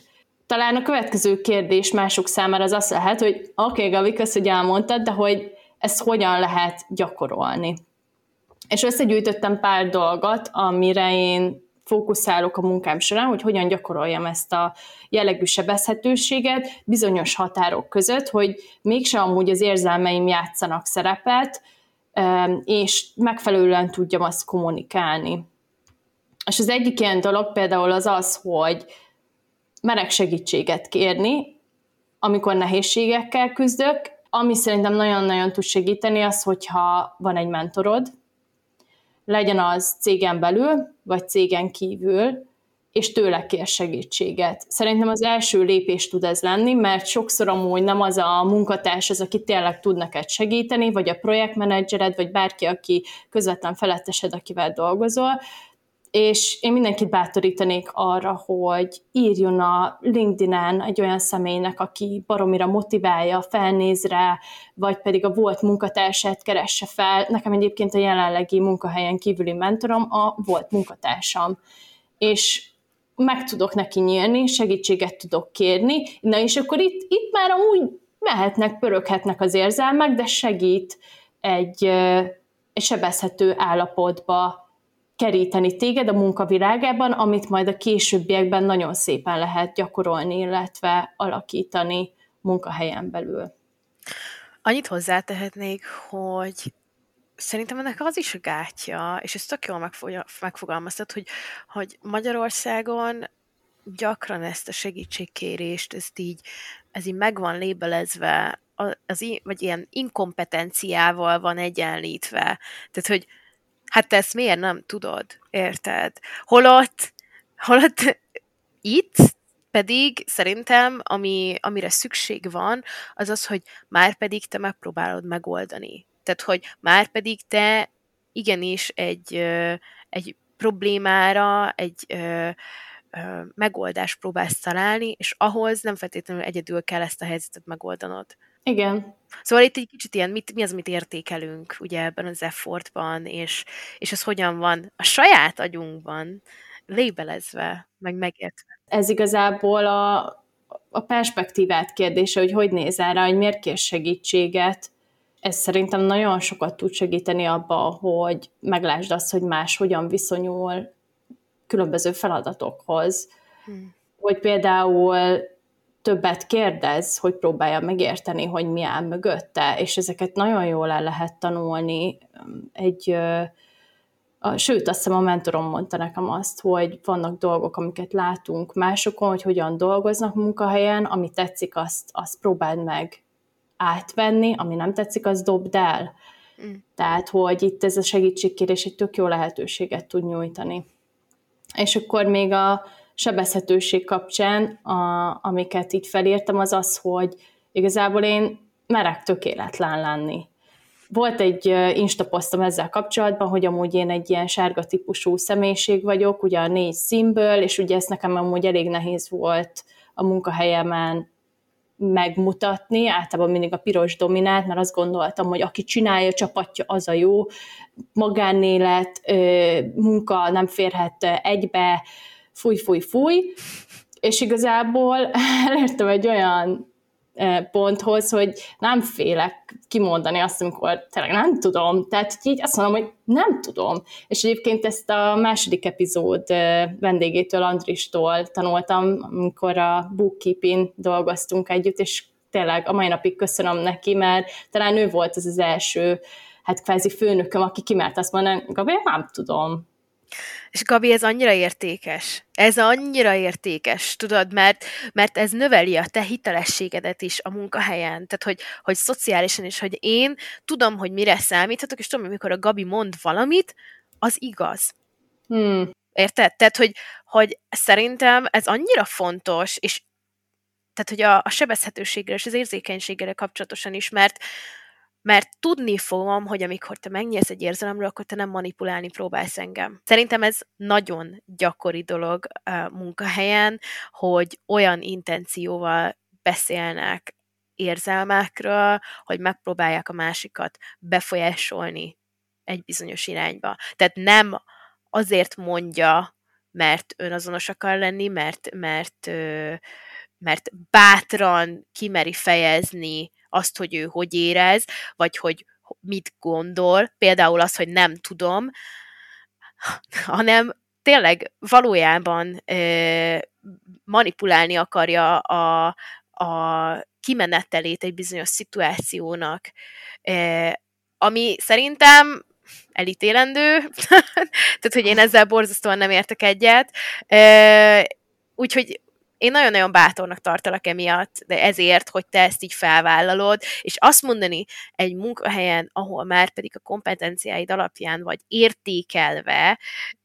Talán a következő kérdés mások számára az az lehet, hogy oké, Gabi, köszönöm, hogy elmondtad, de hogy ezt hogyan lehet gyakorolni. És összegyűjtöttem pár dolgot, amire én fókuszálok a munkám során, hogy hogyan gyakoroljam ezt a jellegű sebezhetőséget bizonyos határok között, hogy mégsem amúgy az érzelmeim játszanak szerepet, és megfelelően tudjam azt kommunikálni. És az egyik ilyen dolog például az, hogy merek segítséget kérni, amikor nehézségekkel küzdök, ami szerintem nagyon-nagyon tud segíteni az, hogyha van egy mentorod, legyen az cégen belül, vagy cégen kívül, és tőle kér segítséget. Szerintem az első lépés tud ez lenni, mert sokszor amúgy nem az a munkatárs az, aki tényleg tud neked segíteni, vagy a projektmenedzsered, vagy bárki, aki közvetlen felettesed, akivel dolgozol, és én mindenkit bátorítanék arra, hogy írjon a LinkedIn-en egy olyan személynek, aki baromira motiválja, felnéz rá, vagy pedig a volt munkatársát keresse fel. Nekem egyébként a jelenlegi munkahelyen kívüli mentorom a volt munkatársam. És meg tudok neki nyílni, segítséget tudok kérni, na és akkor itt már amúgy mehetnek, pöröghetnek az érzelmek, de segít egy sebezhető állapotba keríteni téged a munkavilágában, amit majd a későbbiekben nagyon szépen lehet gyakorolni, illetve alakítani munkahelyen belül. Annyit hozzátehetnék, hogy szerintem ennek az is a gátja, és ezt tök jól megfogalmaztad, hogy Magyarországon gyakran ezt a segítségkérést, ez így meg van lébelezve, vagy ilyen inkompetenciával van egyenlítve. Tehát, hogy hát te ezt miért nem tudod, érted? Holott itt pedig szerintem, amire szükség van, az az, hogy már pedig te megpróbálod megoldani. Tehát, hogy már pedig te igenis egy problémára, egy megoldást próbálsz találni, és ahhoz nem feltétlenül egyedül kell ezt a helyzetet megoldanod. Igen. Szóval itt egy kicsit ilyen, mi az, amit értékelünk ugye ebben az effortban, és ez hogyan van a saját agyunkban lébelezve, meg megértve. Ez igazából a perspektívát kérdése, hogy nézel rá, hogy miért kér segítséget. Ez szerintem nagyon sokat tud segíteni abba, hogy meglásd azt, hogy más hogyan viszonyul különböző feladatokhoz. Hogy például többet kérdez, hogy próbálja megérteni, hogy mi áll mögötte, és ezeket nagyon jól el lehet tanulni. Sőt, azt hiszem a mentorom mondta nekem azt, hogy vannak dolgok, amiket látunk másokon, hogy hogyan dolgoznak munkahelyen, ami tetszik, azt próbáld meg átvenni, ami nem tetszik, azt dobd el. Tehát, hogy itt ez a segítségkérés egy tök jó lehetőséget tud nyújtani. És akkor még a sebezhetőség kapcsán, amiket így felírtam, az, hogy igazából én merek tökéletlen lenni. Volt egy instaposztom ezzel kapcsolatban, hogy amúgy én egy ilyen sárga típusú személyiség vagyok, ugye a 4 színből, és ugye ezt nekem amúgy elég nehéz volt a munkahelyemen megmutatni, általában mindig a piros dominált, mert azt gondoltam, hogy aki csinálja, csapatja, az a jó, magánélet, munka nem férhet egybe, fúj, és igazából elértem egy olyan ponthoz, hogy nem félek kimondani azt, amikor tényleg nem tudom. Tehát így azt mondom, hogy nem tudom. És egyébként ezt a második epizód vendégétől, Andristól tanultam, amikor a bookkeeping dolgoztunk együtt, és tényleg a mai napig köszönöm neki, mert talán ő volt az első, hát kvázi főnököm, aki kimert azt mondani, Gabi, nem tudom. És Gabi, ez annyira értékes. Ez annyira értékes, tudod, mert ez növeli a te hitelességedet is a munkahelyen. Tehát, hogy szociálisan is, hogy én tudom, hogy mire számíthatok, és tudom, amikor a Gabi mond valamit, az igaz. Érted? Tehát, hogy szerintem ez annyira fontos, és tehát, hogy a sebezhetőséggel és az érzékenységgel kapcsolatosan is, mert tudni fogom, hogy amikor te megnyílsz egy érzelemről, akkor te nem manipulálni próbálsz engem. Szerintem ez nagyon gyakori dolog a munkahelyen, hogy olyan intencióval beszélnek érzelmekről, hogy megpróbálják a másikat befolyásolni egy bizonyos irányba. Tehát nem azért mondja, mert önazonos akar lenni, mert mert bátran kimeri fejezni azt, hogy ő hogy érez, vagy hogy mit gondol, például az, hogy nem tudom, hanem tényleg valójában manipulálni akarja a kimenetelét egy bizonyos szituációnak, ami szerintem elítélendő, tehát, hogy én ezzel borzasztóan nem értek egyet, úgyhogy én nagyon-nagyon bátornak tartalak emiatt, de ezért, hogy te ezt így felvállalod, és azt mondani egy munkahelyen, ahol már pedig a kompetenciáid alapján vagy értékelve,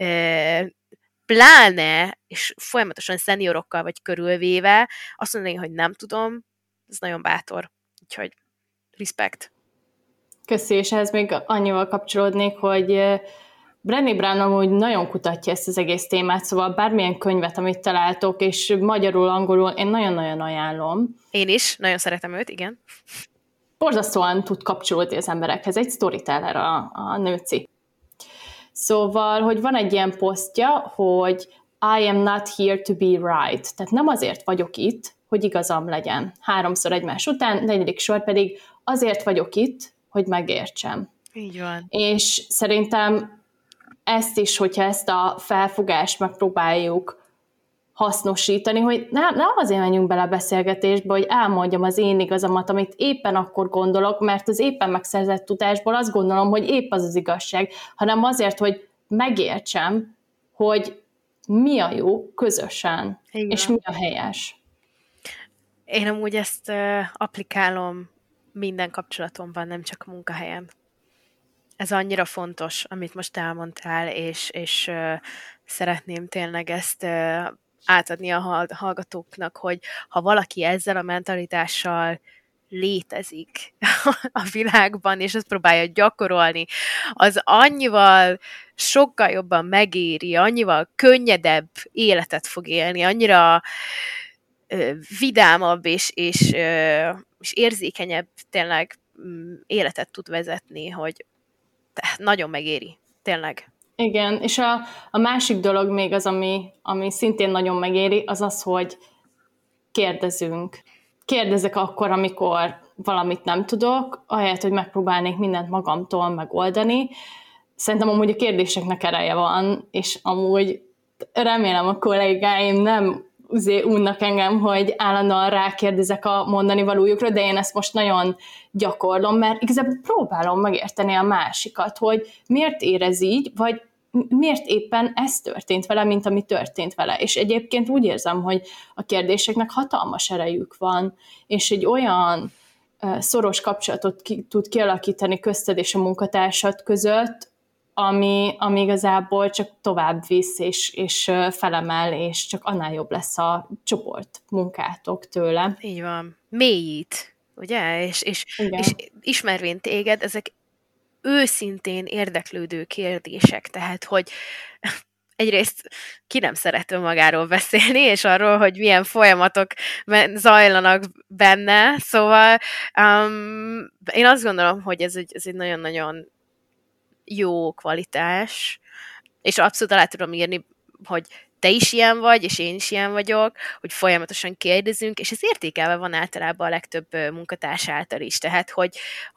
pláne, és folyamatosan szeniorokkal vagy körülvéve, azt mondani, hogy nem tudom, ez nagyon bátor. Úgyhogy respect. Köszi, és ehhez még annyival kapcsolódnék, hogy Brené Brown amúgy nagyon kutatja ezt az egész témát, szóval bármilyen könyvet, amit találtok, és magyarul, angolul, én nagyon-nagyon ajánlom. Én is, nagyon szeretem őt, igen. Borzasztóan tud kapcsolódni az emberekhez, egy storyteller a nőci. Szóval, hogy van egy ilyen posztja, hogy I am not here to be right. Tehát nem azért vagyok itt, hogy igazam legyen. 3-szor egymás után, 4. sor pedig azért vagyok itt, hogy megértsem. Így van. És szerintem ezt is, hogyha ezt a felfogást megpróbáljuk hasznosítani, hogy nem azért menjünk bele a beszélgetésbe, hogy elmondjam az én igazamat, amit éppen akkor gondolok, mert az éppen megszerzett tudásból azt gondolom, hogy épp az az igazság, hanem azért, hogy megértsem, hogy mi a jó közösen, igen, és mi a helyes. Én amúgy ezt applikálom minden kapcsolatomban, nem csak a munkahelyen. Ez annyira fontos, amit most elmondtál, és szeretném tényleg ezt átadni a hallgatóknak, hogy ha valaki ezzel a mentalitással létezik a világban, és ezt próbálja gyakorolni, az annyival sokkal jobban megéri, annyival könnyedebb életet fog élni, annyira vidámabb és érzékenyebb tényleg életet tud vezetni, hogy nagyon megéri, tényleg. Igen, és a másik dolog még az, ami szintén nagyon megéri, az az, hogy kérdezünk. Kérdezek akkor, amikor valamit nem tudok, ahelyett, hogy megpróbálnék mindent magamtól megoldani. Szerintem amúgy a kérdéseknek ereje van, és amúgy remélem a kollégáim nem unnak engem, hogy állandóan rákérdezek a mondani valójukra, de én ezt most nagyon gyakorlom, mert igazából próbálom megérteni a másikat, hogy miért érez így, vagy miért éppen ez történt vele, mint ami történt vele. És egyébként úgy érzem, hogy a kérdéseknek hatalmas erejük van, és egy olyan szoros kapcsolatot tud kialakítani közted és a munkatársad között, ami igazából csak tovább visz, és felemel, és csak annál jobb lesz a csoport munkátok tőle. Így van. Mélyít, ugye? És ismervén téged, ezek őszintén érdeklődő kérdések, tehát, hogy egyrészt ki nem szeret önmagáról beszélni, és arról, hogy milyen folyamatok zajlanak benne, szóval én azt gondolom, hogy ez egy nagyon-nagyon jó kvalitás, és abszolút alá tudom írni, hogy te is ilyen vagy, és én is ilyen vagyok, hogy folyamatosan kérdezünk, és ez értékelve van általában a legtöbb munkatárs által is. Tehát, hogy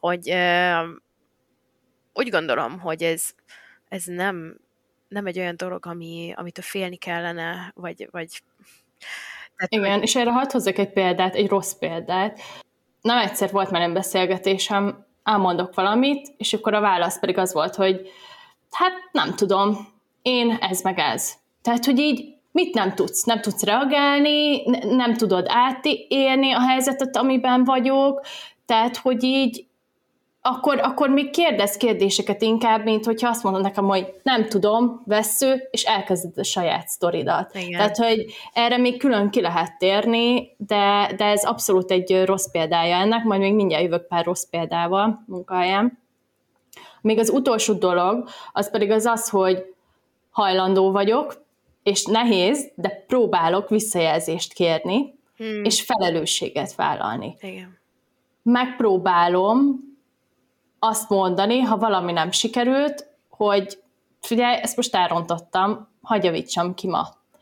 úgy gondolom, hogy ez nem egy olyan dolog, amitől félni kellene, vagy tehát, igen, és erre hadd hozzak egy példát, egy rossz példát. Nem egyszer volt már egy beszélgetésem, elmondok valamit, és akkor a válasz pedig az volt, hogy hát nem tudom, én ez meg ez. Tehát, hogy így mit nem tudsz? Nem tudsz reagálni, nem tudod átélni a helyzetet, amiben vagyok, tehát, hogy így akkor még kérdez kérdéseket inkább, mint hogyha azt mondod nekem, hogy nem tudom, vessző, és elkezded a saját sztoridat. Igen. Tehát, hogy erre még külön ki lehet térni, de ez abszolút egy rossz példája ennek, majd még mindjárt jövök pár rossz példával munkahelyen. Még az utolsó dolog, az pedig az, hogy hajlandó vagyok, és nehéz, de próbálok visszajelzést kérni, és felelősséget vállalni. Igen. Megpróbálom azt mondani, ha valami nem sikerült, hogy figyelj, ezt most elrontottam, hadd javítsam ki ma.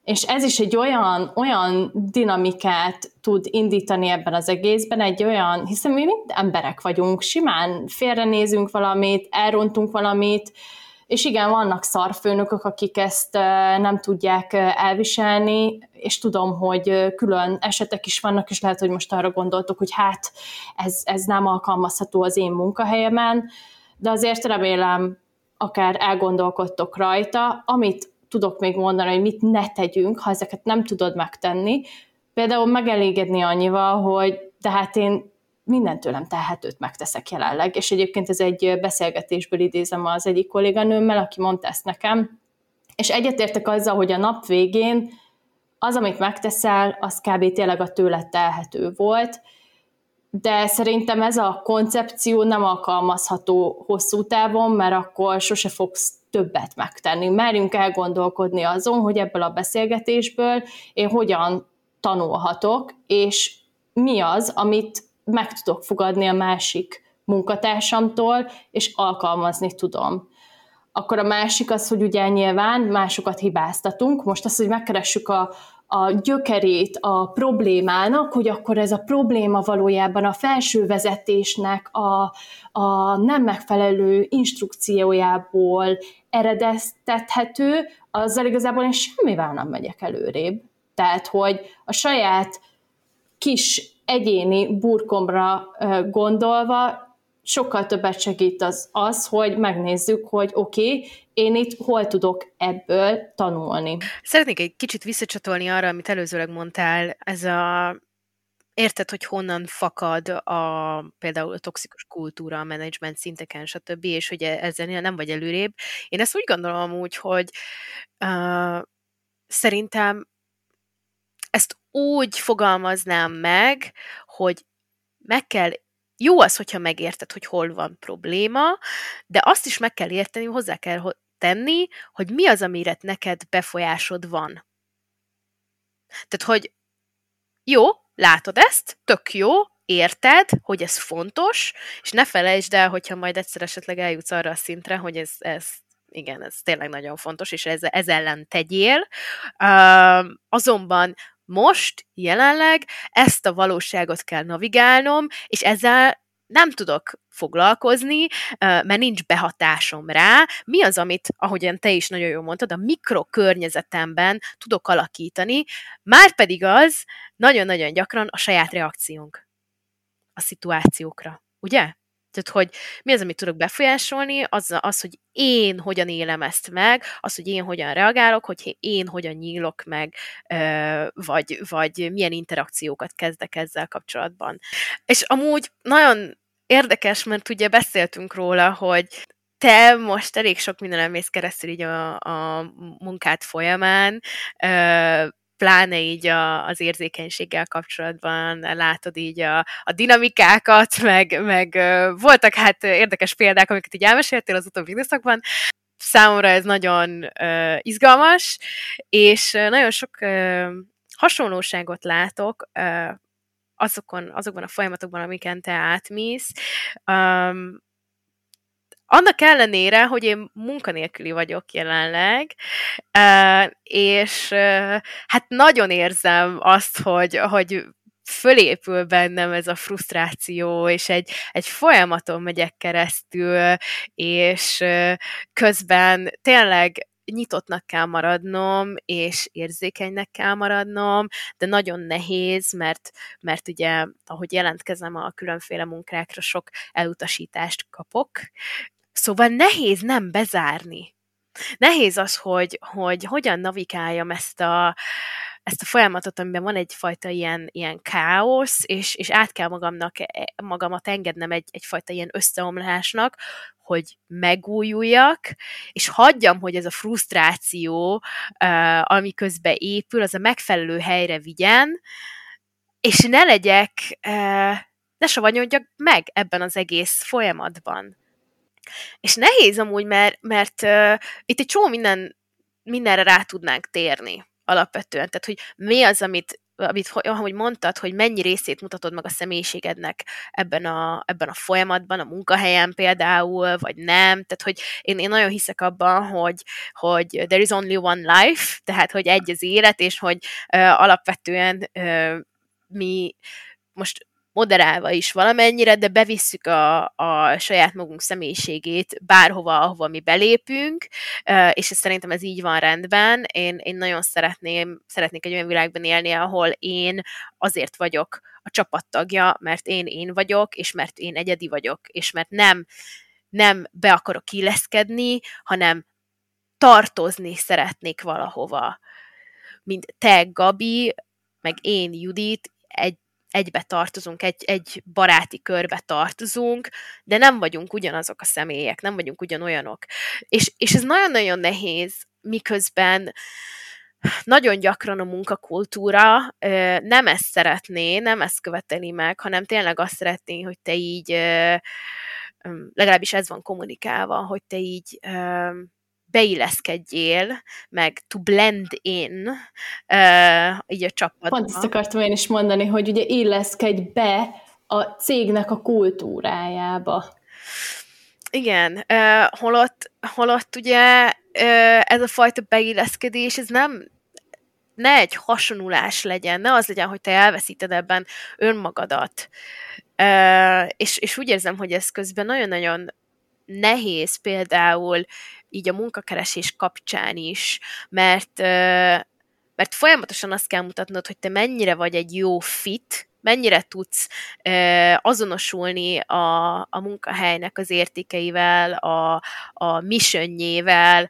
És ez is egy olyan dinamikát tud indítani ebben az egészben, hiszen mi mind emberek vagyunk, simán félrenézünk valamit, elrontunk valamit, és igen, vannak szarfőnökök, akik ezt nem tudják elviselni, és tudom, hogy külön esetek is vannak, és lehet, hogy most arra gondoltok, hogy hát ez nem alkalmazható az én munkahelyemen, de azért remélem, akár elgondolkodtok rajta, amit tudok még mondani, hogy mit ne tegyünk, ha ezeket nem tudod megtenni. Például megelégedni annyival, hogy de hát én minden tőlem telhetőt megteszek jelenleg, és egyébként ez egy beszélgetésből idézem az egyik kolléganőmmel, aki mondta ezt nekem, és egyetértek azzal, hogy a nap végén az, amit megteszel, az kb. Tényleg a tőled telhető volt, de szerintem ez a koncepció nem alkalmazható hosszú távon, mert akkor sose fogsz többet megtenni. Merjünk elgondolkodni azon, hogy ebből a beszélgetésből én hogyan tanulhatok, és mi az, amit meg tudok fogadni a másik munkatársamtól, és alkalmazni tudom. Akkor a másik az, hogy ugye nyilván másokat hibáztatunk. Most az, hogy megkeressük a gyökerét a problémának, hogy akkor ez a probléma valójában a felső vezetésnek a nem megfelelő instrukciójából eredeztethető, azzal igazából én semmivel nem megyek előrébb. Tehát, hogy a saját kis egyéni burkomra gondolva sokkal többet segít az, hogy megnézzük, hogy oké, én itt hol tudok ebből tanulni. Szeretnék egy kicsit visszacsatolni arra, amit előzőleg mondtál, érted, hogy honnan fakad például a toxikus kultúra, a menedzsment szinteken, stb., és hogy ezzel nem vagy előrébb. Én ezt úgy gondolom úgy, hogy szerintem ezt úgy fogalmaznám meg, hogy jó az, hogyha megérted, hogy hol van probléma, de azt is meg kell érteni, hozzá kell tenni, hogy mi az, amire neked befolyásod van. Tehát, hogy jó, látod ezt, tök jó, érted, hogy ez fontos, és ne felejtsd el, hogyha majd egyszer esetleg eljutsz arra a szintre, hogy ez tényleg nagyon fontos, és ez ellen tegyél. Azonban most, jelenleg ezt a valóságot kell navigálnom, és ezzel nem tudok foglalkozni, mert nincs behatásom rá. Mi az, amit, ahogyan te is nagyon jól mondtad, a mikrokörnyezetemben tudok alakítani, márpedig az nagyon-nagyon gyakran a saját reakciónk a szituációkra, ugye? Tehát, hogy mi az, amit tudok befolyásolni, az, hogy én hogyan élem ezt meg, az, hogy én hogyan reagálok, hogy én hogyan nyílok meg, vagy milyen interakciókat kezdek ezzel kapcsolatban. És amúgy nagyon érdekes, mert ugye beszéltünk róla, hogy te most elég sok mindenem mész keresztül így a munkád folyamán, pláne így az érzékenységgel kapcsolatban látod így a dinamikákat, meg voltak hát érdekes példák, amiket így elmeséltél az utóbbi időszakban. Számomra ez nagyon izgalmas, és nagyon sok hasonlóságot látok azokban a folyamatokban, amiken te átmész. Annak ellenére, hogy én munkanélküli vagyok jelenleg, és hát nagyon érzem azt, hogy fölépül bennem ez a frusztráció, és egy folyamaton megyek keresztül, és közben tényleg nyitottnak kell maradnom, és érzékenynek kell maradnom, de nagyon nehéz, mert ugye, ahogy jelentkezem a különféle munkákra, sok elutasítást kapok. Szóval nehéz nem bezárni. Nehéz az, hogy hogyan navigáljam ezt a folyamatot, amiben van egyfajta ilyen káosz, és át kell magamat engednem egyfajta ilyen összeomlásnak, hogy megújuljak, és hagyjam, hogy ez a frusztráció, ami közben épül, az a megfelelő helyre vigyen, és ne savanyodjak meg ebben az egész folyamatban. És nehéz amúgy, mert itt egy csomó mindenre rá tudnánk térni alapvetően. Tehát, hogy mi az, amit ahogy mondtad, hogy mennyi részét mutatod meg a személyiségednek ebben a folyamatban, a munkahelyen például, vagy nem. Tehát, hogy én nagyon hiszek abban, hogy there is only one life, tehát, hogy egy az élet, és hogy alapvetően mi most moderálva is valamennyire, de bevisszük a saját magunk személyiségét bárhova, ahova mi belépünk, és szerintem ez így van rendben. Én nagyon szeretnék egy olyan világban élni, ahol én azért vagyok a csapattagja, mert én vagyok, és mert én egyedi vagyok, és mert nem be akarok illeszkedni, hanem tartozni szeretnék valahova. Mint te, Gabi, meg én, Judit, egybe tartozunk, egy baráti körbe tartozunk, de nem vagyunk ugyanazok a személyek, nem vagyunk ugyanolyanok. És ez nagyon-nagyon nehéz, miközben nagyon gyakran a munkakultúra nem ezt szeretné, nem ezt követeli meg, hanem tényleg azt szeretné, hogy te így, legalábbis ez van kommunikálva, hogy te így beilleszkedjél, meg to blend in így a csapatba. Pont ezt akartam én is mondani, hogy ugye illeszkedj be a cégnek a kultúrájába. Igen, holott ugye ez a fajta beilleszkedés, ez ne egy hasonulás legyen, ne az legyen, hogy te elveszíted ebben önmagadat. És úgy érzem, hogy ez közben nagyon-nagyon nehéz például így a munkakeresés kapcsán is, mert folyamatosan azt kell mutatnod, hogy te mennyire vagy egy jó fit, mennyire tudsz azonosulni a munkahelynek az értékeivel, a missionjével,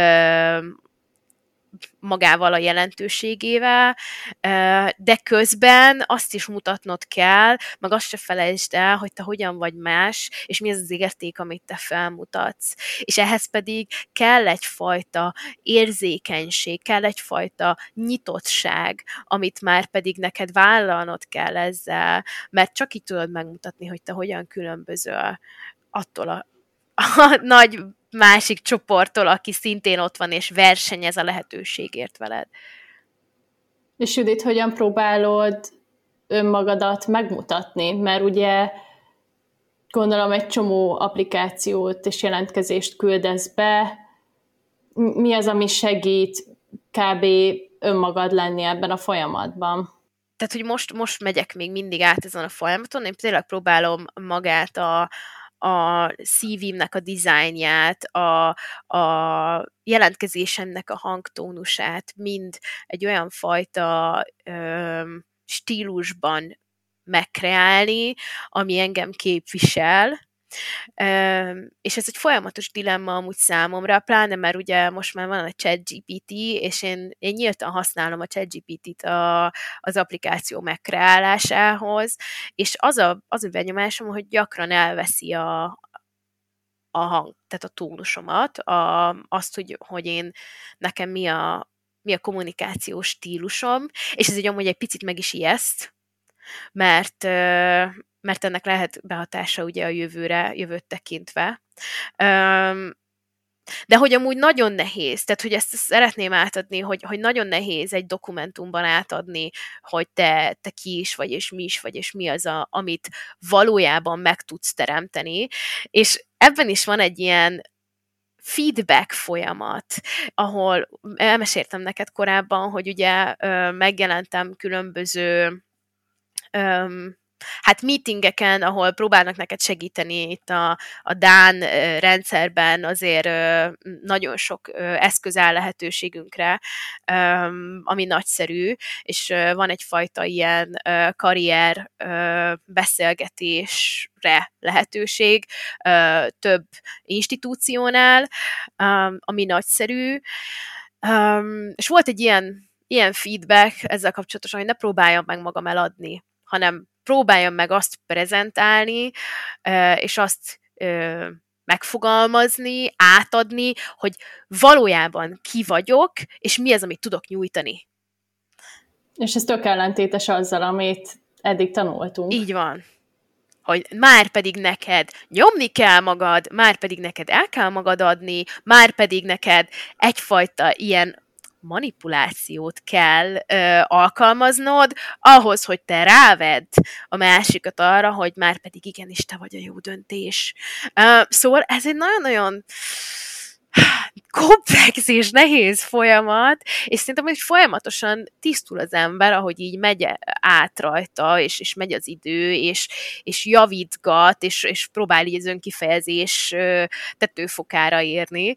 magával a jelentőségével, de közben azt is mutatnod kell, meg azt se felejtsd el, hogy te hogyan vagy más, és mi az az érték, amit te felmutatsz. És ehhez pedig kell egyfajta érzékenység, kell egyfajta nyitottság, amit már pedig neked vállalnod kell ezzel, mert csak így tudod megmutatni, hogy te hogyan különbözöl attól a nagy másik csoporttól, aki szintén ott van, és versenyez a lehetőségért veled. És Judit, hogyan próbálod önmagadat megmutatni? Mert ugye gondolom egy csomó applikációt és jelentkezést küldesz be. Mi az, ami segít kb. Önmagad lenni ebben a folyamatban? Tehát, hogy most megyek még mindig át ezen a folyamaton, én tényleg próbálom magát a CV-mnek a dizájnját, a jelentkezésemnek a hangtónusát, mind egy olyan fajta stílusban megkreálni, ami engem képvisel, és ez egy folyamatos dilemma amúgy számomra, pláne mert ugye most már van a ChatGPT, és én nyíltan használom a ChatGPT-t az applikáció megkreálásához, és az a benyomásom, hogy gyakran elveszi a hang, tehát a tónusomat, azt, hogy én nekem mi a kommunikációs stílusom, és ez egy amúgy egy picit meg is ijeszt, mert ennek lehet behatása ugye a jövőt tekintve. De hogy amúgy nagyon nehéz, tehát hogy ezt szeretném átadni, hogy nagyon nehéz egy dokumentumban átadni, hogy te ki is vagy, és mi is vagy, és mi az, amit valójában meg tudsz teremteni. És ebben is van egy ilyen feedback folyamat, ahol elmeséltem neked korábban, hogy ugye megjelentem különböző meetingeken, ahol próbálnak neked segíteni itt a Dán rendszerben, azért nagyon sok eszköz áll lehetőségünkre, ami nagyszerű, és van egyfajta ilyen karrier beszélgetésre lehetőség több institúciónál, ami nagyszerű, és volt egy ilyen feedback ezzel kapcsolatosan, hogy ne próbáljam meg magam eladni, hanem próbáljam meg azt prezentálni, és azt megfogalmazni, átadni, hogy valójában ki vagyok, és mi az, amit tudok nyújtani. És ez tök ellentétes azzal, amit eddig tanultunk. Így van. Hogy már pedig neked nyomni kell magad, már pedig neked el kell magad adni, már pedig neked egyfajta ilyen manipulációt kell alkalmaznod ahhoz, hogy te rávedd a másikat arra, hogy már pedig igenis te vagy a jó döntés. Szóval ez egy nagyon-nagyon komplex és nehéz folyamat, és szerintem, hogy folyamatosan tisztul az ember, ahogy így megy át rajta, és megy az idő, és javítgat, és próbál így az önkifejezés tetőfokára érni.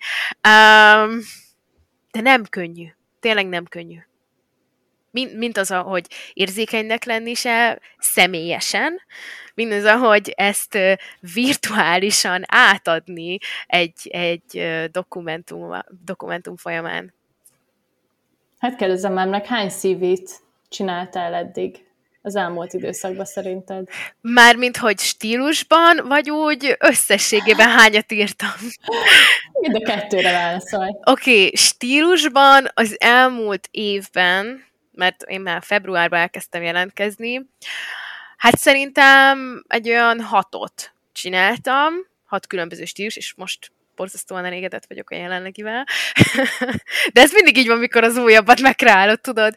De nem könnyű. Tényleg nem könnyű. Mint az, hogy érzékenynek lenni se személyesen, mint az, ahogy ezt virtuálisan átadni egy dokumentum folyamán. Hát kérdezem már meg, hány CV-t csináltál eddig az elmúlt időszakban szerinted? Mármint, hogy stílusban, vagy úgy összességében hányat írtam? Mind a kettőre válaszolj. Oké, stílusban az elmúlt évben, mert én már februárban elkezdtem jelentkezni, hát szerintem egy olyan 6 csináltam, 6 különböző stílus, és most borzasztóan elégedett vagyok a jelenlegivel. De ez mindig így van, mikor az újabbat megreállod, tudod.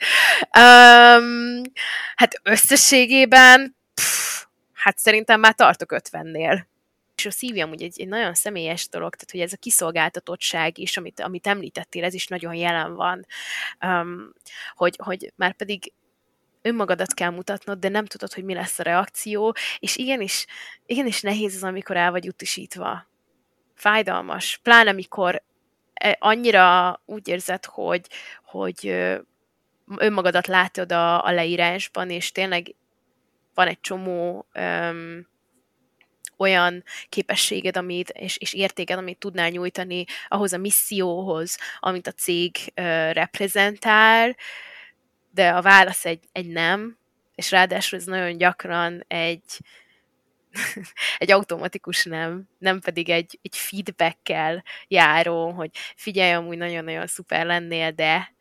Hát összességében, hát szerintem már tartok 50-nél. És a CV amúgy egy nagyon személyes dolog, tehát hogy ez a kiszolgáltatottság is, amit említettél, ez is nagyon jelen van. Hogy már pedig önmagadat kell mutatnod, de nem tudod, hogy mi lesz a reakció, és igenis nehéz az, amikor el vagy utasítva. Fájdalmas. Pláne, amikor annyira úgy érzed, hogy önmagadat látod a leírásban, és tényleg van egy csomó olyan képességed, és értéked, amit tudnál nyújtani ahhoz a misszióhoz, amit a cég reprezentál, de a válasz egy nem, és ráadásul ez nagyon gyakran egy automatikus nem pedig egy feedbackkel járó, hogy figyelj, amúgy nagyon-nagyon szuper lennél, de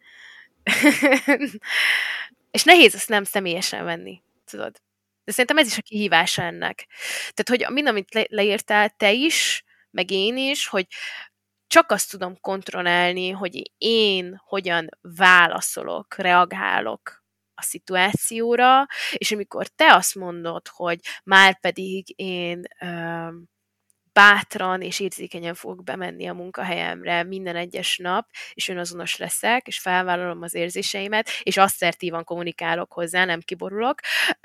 és nehéz ezt nem személyesen venni, tudod. De szerintem ez is a kihívása ennek. Tehát, hogy mind, amit leírtál te is, meg én is, hogy csak azt tudom kontrollálni, hogy én hogyan válaszolok, reagálok a szituációra, és amikor te azt mondod, hogy már pedig én bátran és érzékenyen fogok bemenni a munkahelyemre minden egyes nap, és önazonos leszek, és felvállalom az érzéseimet, és asszertívan kommunikálok hozzá, nem kiborulok.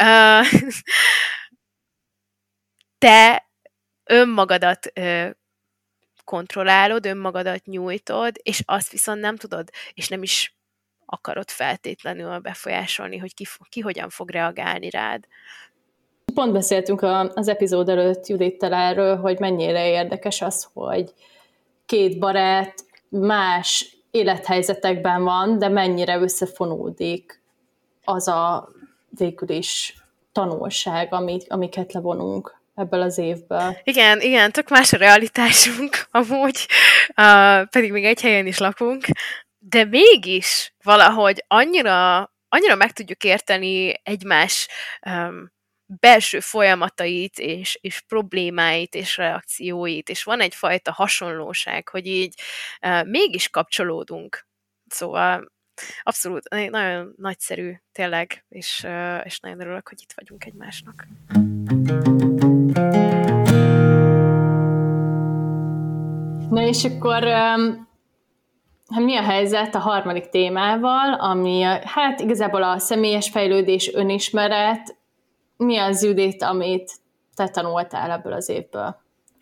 Te önmagadat kontrollálod, önmagadat nyújtod, és azt viszont nem tudod, és nem is akarod feltétlenül befolyásolni, hogy ki hogyan fog reagálni rád. Pont beszéltünk az epizód előtt Judittel erről, hogy mennyire érdekes az, hogy két barát más élethelyzetekben van, de mennyire összefonódik az a végül is tanulság, amiket levonunk ebből az évből. Igen, tök más a realitásunk amúgy, pedig még egy helyen is lakunk, de mégis valahogy annyira meg tudjuk érteni egymás belső folyamatait, és problémáit, és reakcióit, és van egyfajta hasonlóság, hogy így mégis kapcsolódunk. Szóval abszolút nagyon nagyszerű, tényleg, és nagyon örülök, hogy itt vagyunk egymásnak. Na és akkor mi a helyzet a harmadik témával, ami hát igazából a személyes fejlődés, önismeret. Mi az, Judit, amit te tanultál ebből az évből?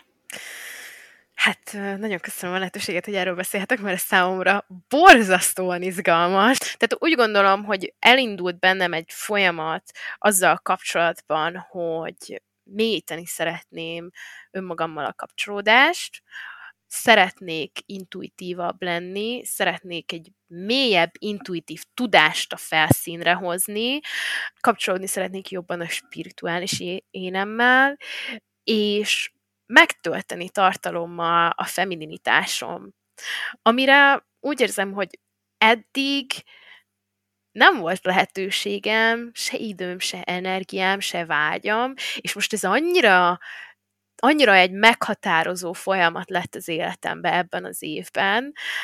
Hát nagyon köszönöm a lehetőséget, hogy erről beszélhetek, mert ez számomra borzasztóan izgalmas. Tehát úgy gondolom, hogy elindult bennem egy folyamat azzal kapcsolatban, hogy mélyíteni szeretném önmagammal a kapcsolódást, szeretnék intuitívabb lenni, szeretnék egy mélyebb intuitív tudást a felszínre hozni, kapcsolódni szeretnék jobban a spirituális énemmel, és megtölteni tartalommal a femininitásom, amire úgy érzem, hogy eddig nem volt lehetőségem, se időm, se energiám, se vágyam, és most ez annyira egy meghatározó folyamat lett az életemben ebben az évben,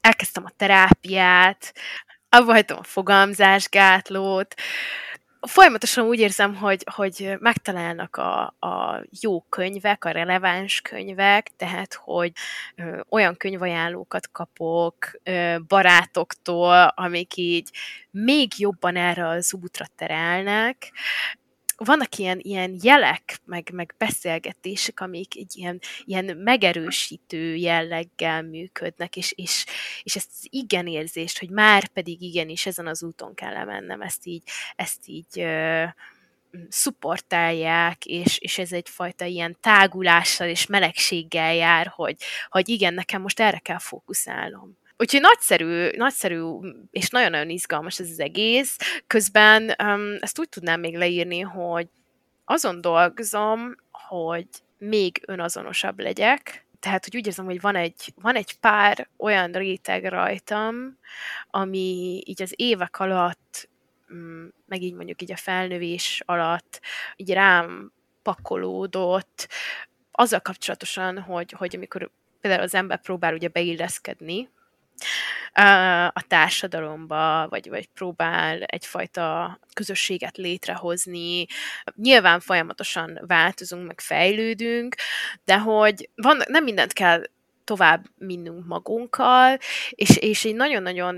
elkezdtem a terápiát, abba hagytam a fogalmazásgátlót. Folyamatosan úgy érzem, hogy megtalálnak a jó könyvek, a releváns könyvek, tehát, hogy olyan könyvajánlókat kapok barátoktól, amik így még jobban erre az útra terelnek. Vannak ilyen jelek, meg beszélgetések, amik egy ilyen megerősítő jelleggel működnek, és ezt az igenérzést, hogy már pedig igenis ezen az úton kell lemennem, ezt így szupportálják, és ez egyfajta ilyen tágulással és melegséggel jár, hogy igen, nekem most erre kell fókuszálnom. Úgyhogy nagyszerű és nagyon-nagyon izgalmas ez az egész. Közben ezt úgy tudnám még leírni, hogy azon dolgozom, hogy még önazonosabb legyek. Tehát, hogy úgy érzem, hogy van egy pár olyan réteg rajtam, ami így az évek alatt, meg így mondjuk így a felnövés alatt így rám pakolódott, azzal kapcsolatosan, hogy amikor például az ember próbál ugye beilleszkedni a társadalomba, vagy próbál egyfajta közösséget létrehozni. Nyilván folyamatosan változunk, meg fejlődünk, de hogy nem mindent kell tovább minnünk magunkkal, és egy nagyon-nagyon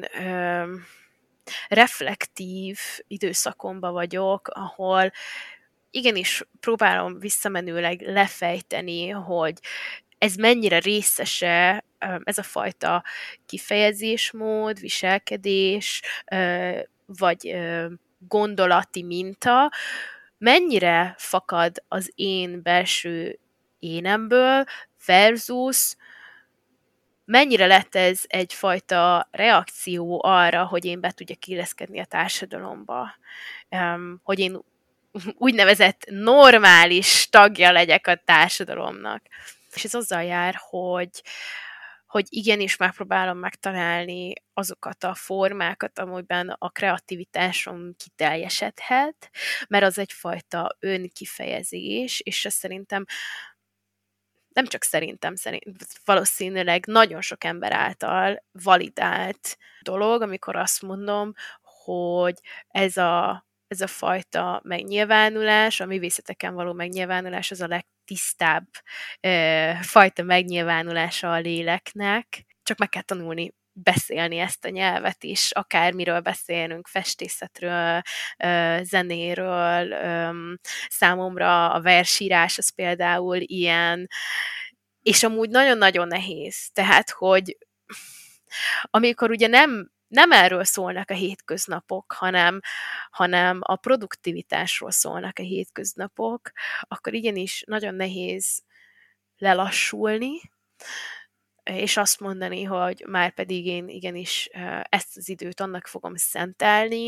reflektív időszakomban vagyok, ahol igenis próbálom visszamenőleg lefejteni, hogy ez mennyire részese, ez a fajta kifejezésmód, viselkedés, vagy gondolati minta, mennyire fakad az én belső énemből, versus mennyire lett ez egyfajta reakció arra, hogy én be tudjak illeszkedni a társadalomba, hogy én úgynevezett normális tagja legyek a társadalomnak. És ez azzal jár, hogy igenis megpróbálom megtalálni azokat a formákat, amiben a kreativitásom kiteljesedhet, mert az egyfajta önkifejezés, és ez szerintem nem csak szerintem, valószínűleg nagyon sok ember által validált dolog, amikor azt mondom, hogy ez a fajta megnyilvánulás, a művészeteken való megnyilvánulás az a legtisztább fajta megnyilvánulása a léleknek. Csak meg kell tanulni beszélni ezt a nyelvet is, akármiről beszélünk, festészetről, zenéről, számomra a versírás az például ilyen, és amúgy nagyon-nagyon nehéz. Tehát, hogy amikor ugye nem erről szólnak a hétköznapok, hanem a produktivitásról szólnak a hétköznapok, akkor igenis nagyon nehéz lelassulni, és azt mondani, hogy már pedig én igenis ezt az időt annak fogom szentelni,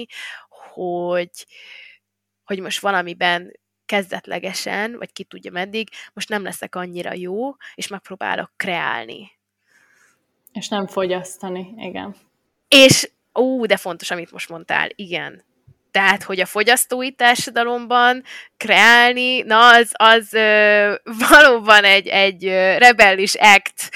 hogy most valamiben kezdetlegesen, vagy ki tudja meddig, most nem leszek annyira jó, és megpróbálok kreálni. És nem fogyasztani, igen. És, de fontos, amit most mondtál, igen. Tehát, hogy a fogyasztói társadalomban kreálni, az valóban egy rebellis act.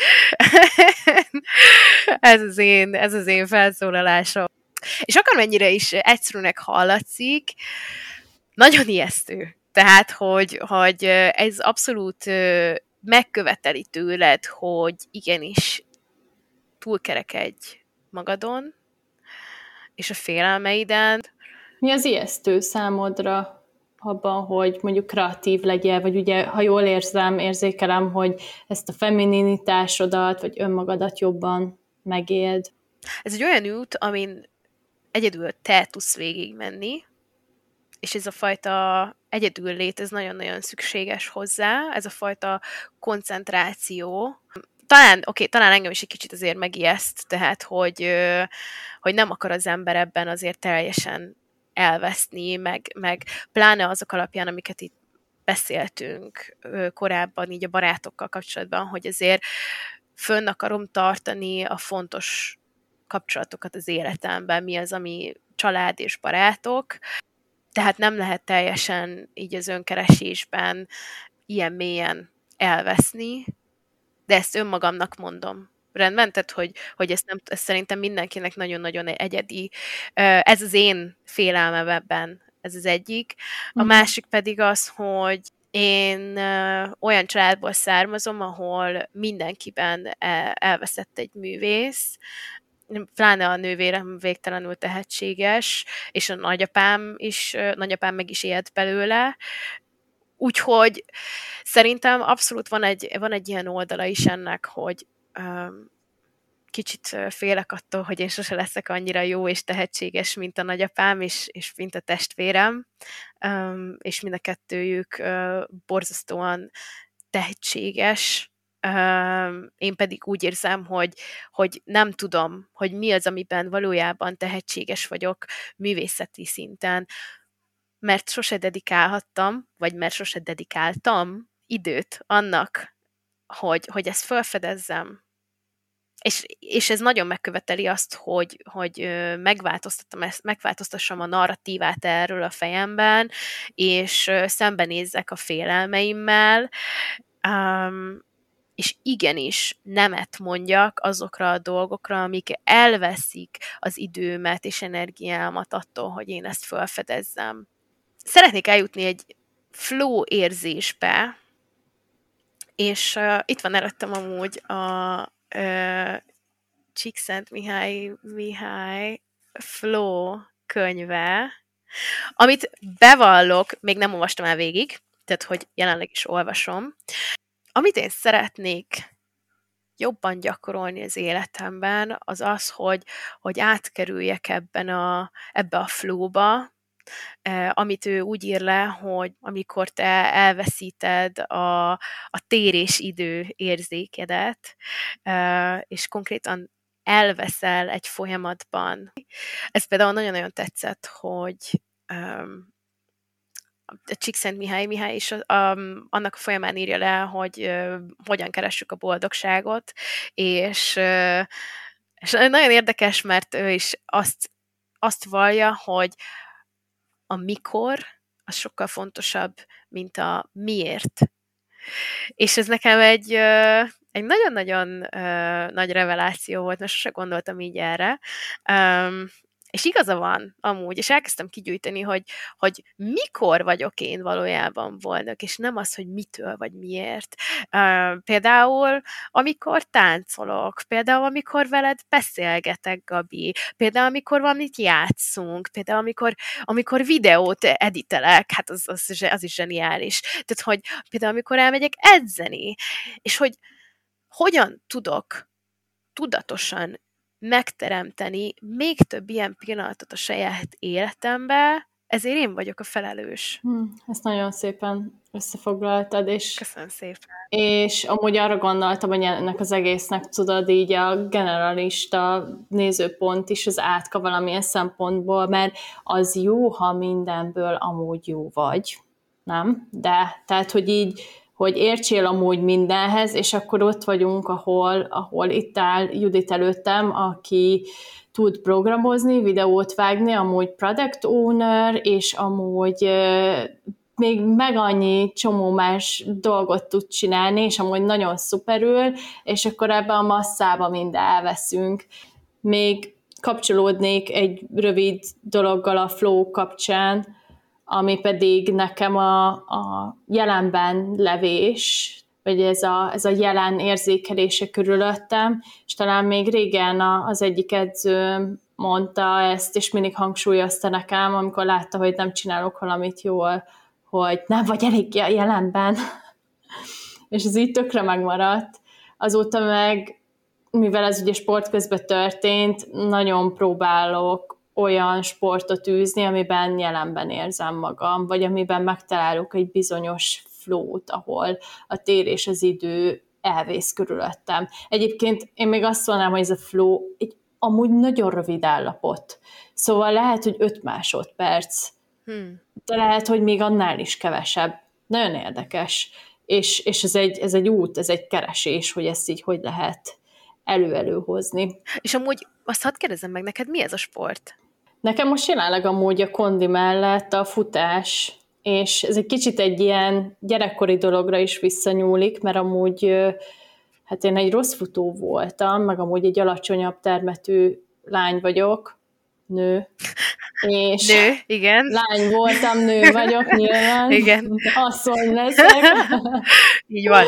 ez az én felszólalásom. És akármennyire is egyszerűnek hallatszik, nagyon ijesztő. Tehát, hogy ez abszolút megköveteli tőled, hogy igenis túlkerekedj magadon, és a félelmeiden. Mi az ijesztő számodra abban, hogy mondjuk kreatív legyél, vagy ugye, ha jól érzékelem, hogy ezt a femininitásodat, vagy önmagadat jobban megéld? Ez egy olyan út, amin egyedül te tudsz végigmenni, és ez a fajta egyedül lét, ez nagyon-nagyon szükséges hozzá, ez a fajta koncentráció. Talán engem is egy kicsit azért megijeszt, tehát, hogy nem akar az ember ebben azért teljesen elveszni, meg pláne azok alapján, amiket itt beszéltünk korábban, így a barátokkal kapcsolatban, hogy azért fönn akarom tartani a fontos kapcsolatokat az életemben, mi az, ami család és barátok, tehát nem lehet teljesen így az önkeresésben ilyen mélyen elveszni, de ezt önmagamnak mondom. rendben? Tehát, hogy ez szerintem mindenkinek nagyon-nagyon egyedi. Ez az én félelmem ebben, ez az egyik. A másik pedig az, hogy én olyan családból származom, ahol mindenkiben elveszett egy művész, pláne a nővérem végtelenül tehetséges, és a nagyapám meg is élt belőle, úgyhogy szerintem abszolút van egy ilyen oldala is ennek, hogy kicsit félek attól, hogy én sose leszek annyira jó és tehetséges, mint a nagyapám, és mint a testvérem, és mind a kettőjük borzasztóan tehetséges. Én pedig úgy érzem, hogy nem tudom, hogy mi az, amiben valójában tehetséges vagyok művészeti szinten, mert sose dedikálhattam, vagy mert sose dedikáltam időt annak, hogy ezt felfedezzem. És ez nagyon megköveteli azt, hogy megváltoztassam a narratívát erről a fejemben, és szembenézzek a félelmeimmel, és igenis nemet mondjak azokra a dolgokra, amik elveszik az időmet és energiámat attól, hogy én ezt felfedezzem. Szeretnék eljutni egy flow érzésbe, és itt van előttem amúgy a Csíkszentmihalyi Flow könyve, amit bevallok, még nem olvastam el végig, tehát hogy jelenleg is olvasom. Amit én szeretnék jobban gyakorolni az életemben, az az, hogy átkerüljek ebbe a flowba, amit ő úgy ír le, hogy amikor te elveszíted a tér és idő érzékedet, és konkrétan elveszel egy folyamatban. Ez például nagyon-nagyon tetszett, hogy a Csíkszentmihalyi is annak a folyamán írja le, hogy hogyan keressük a boldogságot, és nagyon érdekes, mert ő is azt vallja, hogy a mikor az sokkal fontosabb, mint a miért. És ez nekem egy nagyon-nagyon nagy reveláció volt, mert sose gondoltam így erre. És igaza van amúgy, és elkezdtem kigyűjteni, hogy mikor vagyok én valójában boldog, és nem az, hogy mitől vagy miért. Például, amikor táncolok, például, amikor veled beszélgetek, Gabi, például, amikor valamit játszunk, például, amikor videót editelek, hát az is zseniális. Tehát, hogy például, amikor elmegyek edzeni, és hogy hogyan tudok tudatosan megteremteni még több ilyen pillanatot a saját életembe, ezért én vagyok a felelős. Ezt nagyon szépen összefoglaltad, Köszönöm szépen. És amúgy arra gondoltam, hogy ennek az egésznek tudod így a generalista nézőpont is az átka valamilyen szempontból, mert az jó, ha mindenből amúgy jó vagy, nem? De, tehát, hogy így, hogy értsél amúgy mindenhez, és akkor ott vagyunk, ahol itt áll Judit előttem, aki tud programozni, videót vágni, amúgy product owner, és amúgy még meg annyi csomó más dolgot tud csinálni, és amúgy nagyon szuperül, és akkor ebbe a masszába mind elveszünk. Még kapcsolódnék egy rövid dologgal a flow kapcsán, ami pedig nekem a jelenben levés, vagy ez a jelen érzékelése körülöttem, és talán még régen az egyik edző mondta ezt, és mindig hangsúlyozta nekem, amikor látta, hogy nem csinálok valamit jól, hogy nem vagy elég jelenben. És ez így tökre megmaradt. Azóta meg, mivel ez ugye sport közben történt, nagyon próbálok olyan sportot űzni, amiben jelenben érzem magam, vagy amiben megtalálok egy bizonyos flow-t, ahol a tér és az idő elvész körülöttem. Egyébként én még azt mondanám, hogy ez a flow egy amúgy nagyon rövid állapot. Szóval lehet, hogy 5 másodperc, de lehet, hogy még annál is kevesebb. Nagyon érdekes. És ez egy út, ez egy keresés, hogy ezt így hogy lehet elő-előhozni. És amúgy azt hadd kérdezem meg, neked mi ez a sport? Nekem most jelenleg amúgy a kondi mellett a futás, és ez egy kicsit egy ilyen gyerekkori dologra is visszanyúlik, mert amúgy hát én egy rossz futó voltam, meg amúgy egy alacsonyabb termetű lány vagyok, nő, és Nő, igen. lány voltam, nő vagyok nyilván, Igen. asszony leszek. Így van.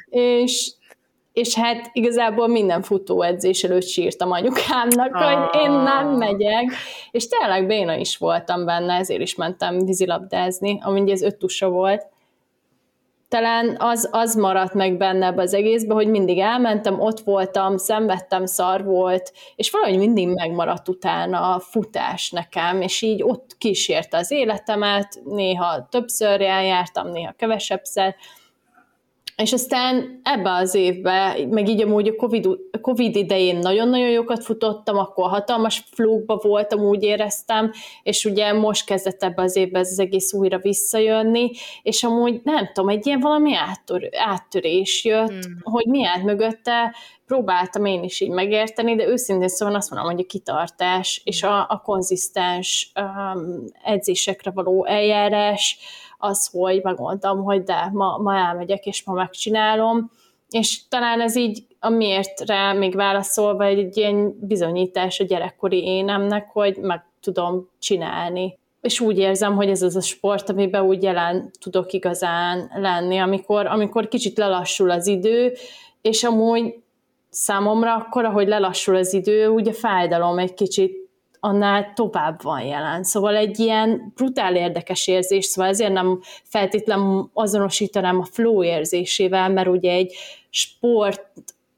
És hát igazából minden futóedzés előtt sírtam anyukámnak, hogy én nem megyek, és tényleg béna is voltam benne, ezért is mentem vízilabdázni, amint ez 5 tusa volt. Talán az maradt meg benne ebbe az egészbe, hogy mindig elmentem, ott voltam, szenvedtem, szar volt, és valahogy mindig megmaradt utána a futás nekem, és így ott kísérte az életemet, néha többször eljártam, néha kevesebbszer, és aztán ebbe az évben, meg így amúgy a Covid idején nagyon-nagyon jókat futottam, akkor hatalmas flókba voltam, úgy éreztem, és ugye most kezdett ebbe az évben ez az egész újra visszajönni, és amúgy nem tudom, egy ilyen valami áttörés jött, hogy mi állt mögötte, próbáltam én is így megérteni, de őszintén szóval azt mondom, hogy a kitartás és a konzisztens edzésekre való eljárás, az, hogy megmondtam, hogy de ma elmegyek, és ma megcsinálom, és talán ez így a miértre még válaszolva egy ilyen bizonyítás a gyerekkori énemnek, hogy meg tudom csinálni. És úgy érzem, hogy ez az a sport, amiben úgy jelen tudok igazán lenni, amikor kicsit lelassul az idő, és amúgy számomra akkor, ahogy lelassul az idő, úgy a fájdalom egy kicsit annál tovább van jelen. Szóval egy ilyen brutál érdekes érzés, szóval ezért nem feltétlenül azonosítanám a flow érzésével, mert ugye egy sport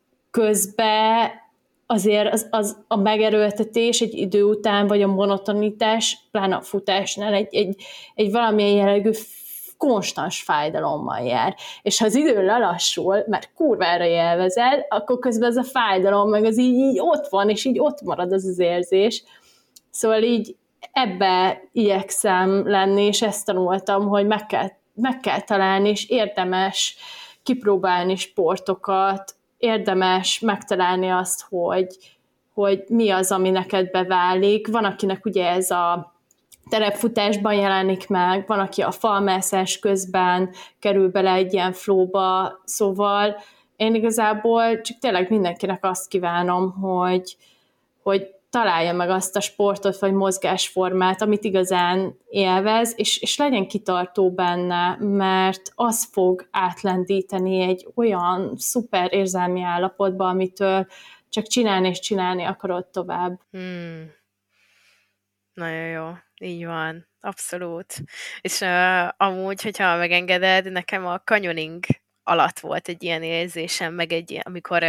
közben azért az a megerőltetés egy idő után, vagy a monotonitás, pláne a futásnál egy valamilyen jellegű konstans fájdalommal jár. És ha az idő lelassul, mert kurvára élvezed, akkor közben ez a fájdalom, meg az így ott van, és így ott marad az érzés. Szóval így ebbe igyekszem lenni, és ezt tanultam, hogy meg kell találni, és érdemes kipróbálni sportokat, érdemes megtalálni azt, hogy mi az, ami neked beválik. Van, akinek ugye ez a terepfutásban jelenik meg, van, aki a falmászás közben kerül bele egy ilyen flowba, szóval én igazából csak tényleg mindenkinek azt kívánom, hogy találja meg azt a sportot, vagy mozgásformát, amit igazán élvez, és legyen kitartó benne, mert az fog átlendíteni egy olyan szuper érzelmi állapotba, amitől csak csinálni és csinálni akarod tovább. Nagyon jó, így van, abszolút. És amúgy, hogyha megengeded, nekem a canyoning alatt volt egy ilyen érzésem, meg egy ilyen, amikor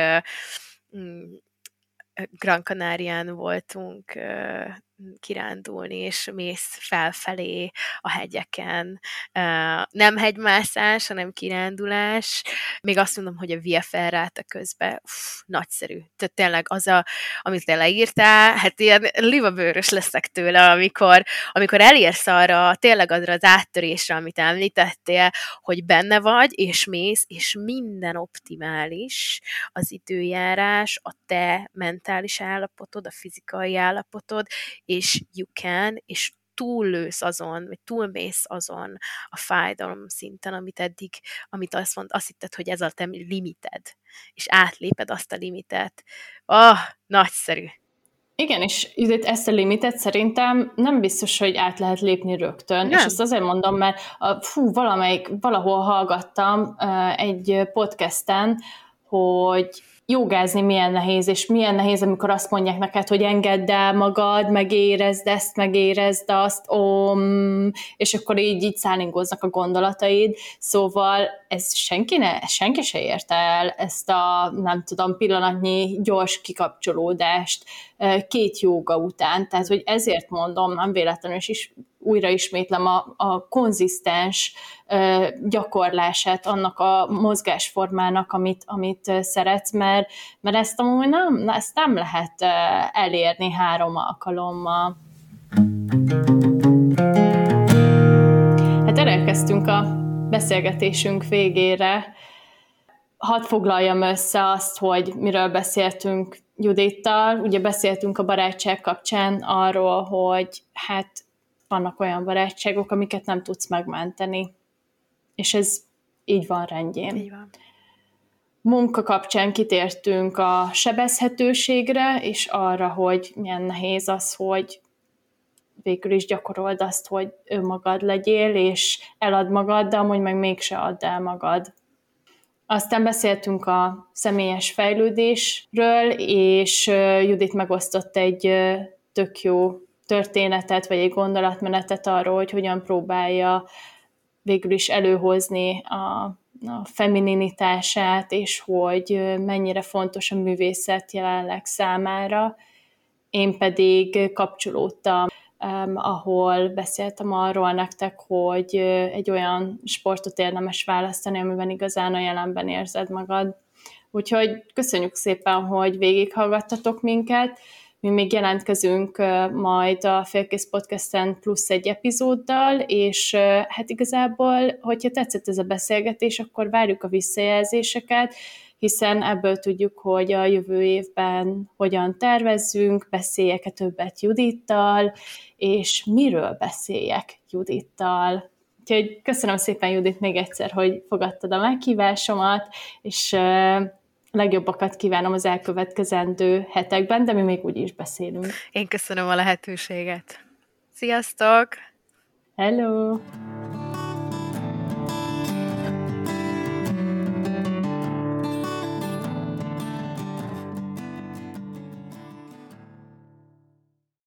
Gran Canarián voltunk kirándulni, és mész felfelé a hegyeken. Nem hegymászás, hanem kirándulás. Még azt mondom, hogy a Via Ferrata közben nagyszerű. Tehát tényleg az, amit te leírtál, hát ilyen livabőrös leszek tőle, amikor elérsz arra, tényleg arra az áttörésre, amit említettél, hogy benne vagy, és mész, és minden optimális, az időjárás, a te mentális állapotod, a fizikai állapotod, és you can, és túllősz azon, vagy túlmész azon a fájdalom szinten, amit azt hitted, hogy ez a te limited, és átléped azt a limitet. Nagyszerű. Igen, és ezt a limitet szerintem nem biztos, hogy át lehet lépni rögtön. Nem. És ezt azért mondom, mert valahol hallgattam egy podcasten, hogy jogázni milyen nehéz, és milyen nehéz, amikor azt mondják neked, hogy engedd el magad, megérezd ezt, megérezd azt, és akkor így szállingoznak a gondolataid, szóval ez senki se érte el ezt a, nem tudom, pillanatnyi gyors kikapcsolódást 2 jóga után, tehát hogy ezért mondom, nem véletlenül is újra ismétlem a konzisztens gyakorlását annak a mozgásformának, amit szeretsz, mert ezt amúgy nem lehet elérni 3 alkalommal. Hát elérkeztünk a beszélgetésünk végére. Hadd foglaljam össze azt, hogy miről beszéltünk Judittal. Ugye beszéltünk a barátság kapcsán arról, hogy hát vannak olyan barátságok, amiket nem tudsz megmenteni. És ez így van rendjén. Így van. munka kapcsán kitértünk a sebezhetőségre, és arra, hogy milyen nehéz az, hogy végül is gyakorold azt, hogy önmagad legyél, és elad magad, de amúgy meg mégse add el magad. Aztán beszéltünk a személyes fejlődésről, és Judit megosztott egy tök jó történetet, vagy egy gondolatmenetet arról, hogy hogyan próbálja végül is előhozni a femininitását, és hogy mennyire fontos a művészet jelenleg számára. Én pedig kapcsolódtam, ahol beszéltem arról nektek, hogy egy olyan sportot érdemes választani, amiben igazán a jelenben érzed magad. Úgyhogy köszönjük szépen, hogy végighallgattatok minket. Mi még jelentkezünk majd a Félkész Podcasten plusz egy epizóddal, és hát igazából, hogyha tetszett ez a beszélgetés, akkor várjuk a visszajelzéseket, hiszen ebből tudjuk, hogy a jövő évben hogyan tervezzünk, beszéljek-e többet Judittal, és miről beszéljek Judittal. Úgyhogy köszönöm szépen, Judit, még egyszer, hogy fogadtad a meghívásomat, és legjobbakat kívánom az elkövetkezendő hetekben, de mi még úgy is beszélünk. Én köszönöm a lehetőséget. Sziasztok! Hello!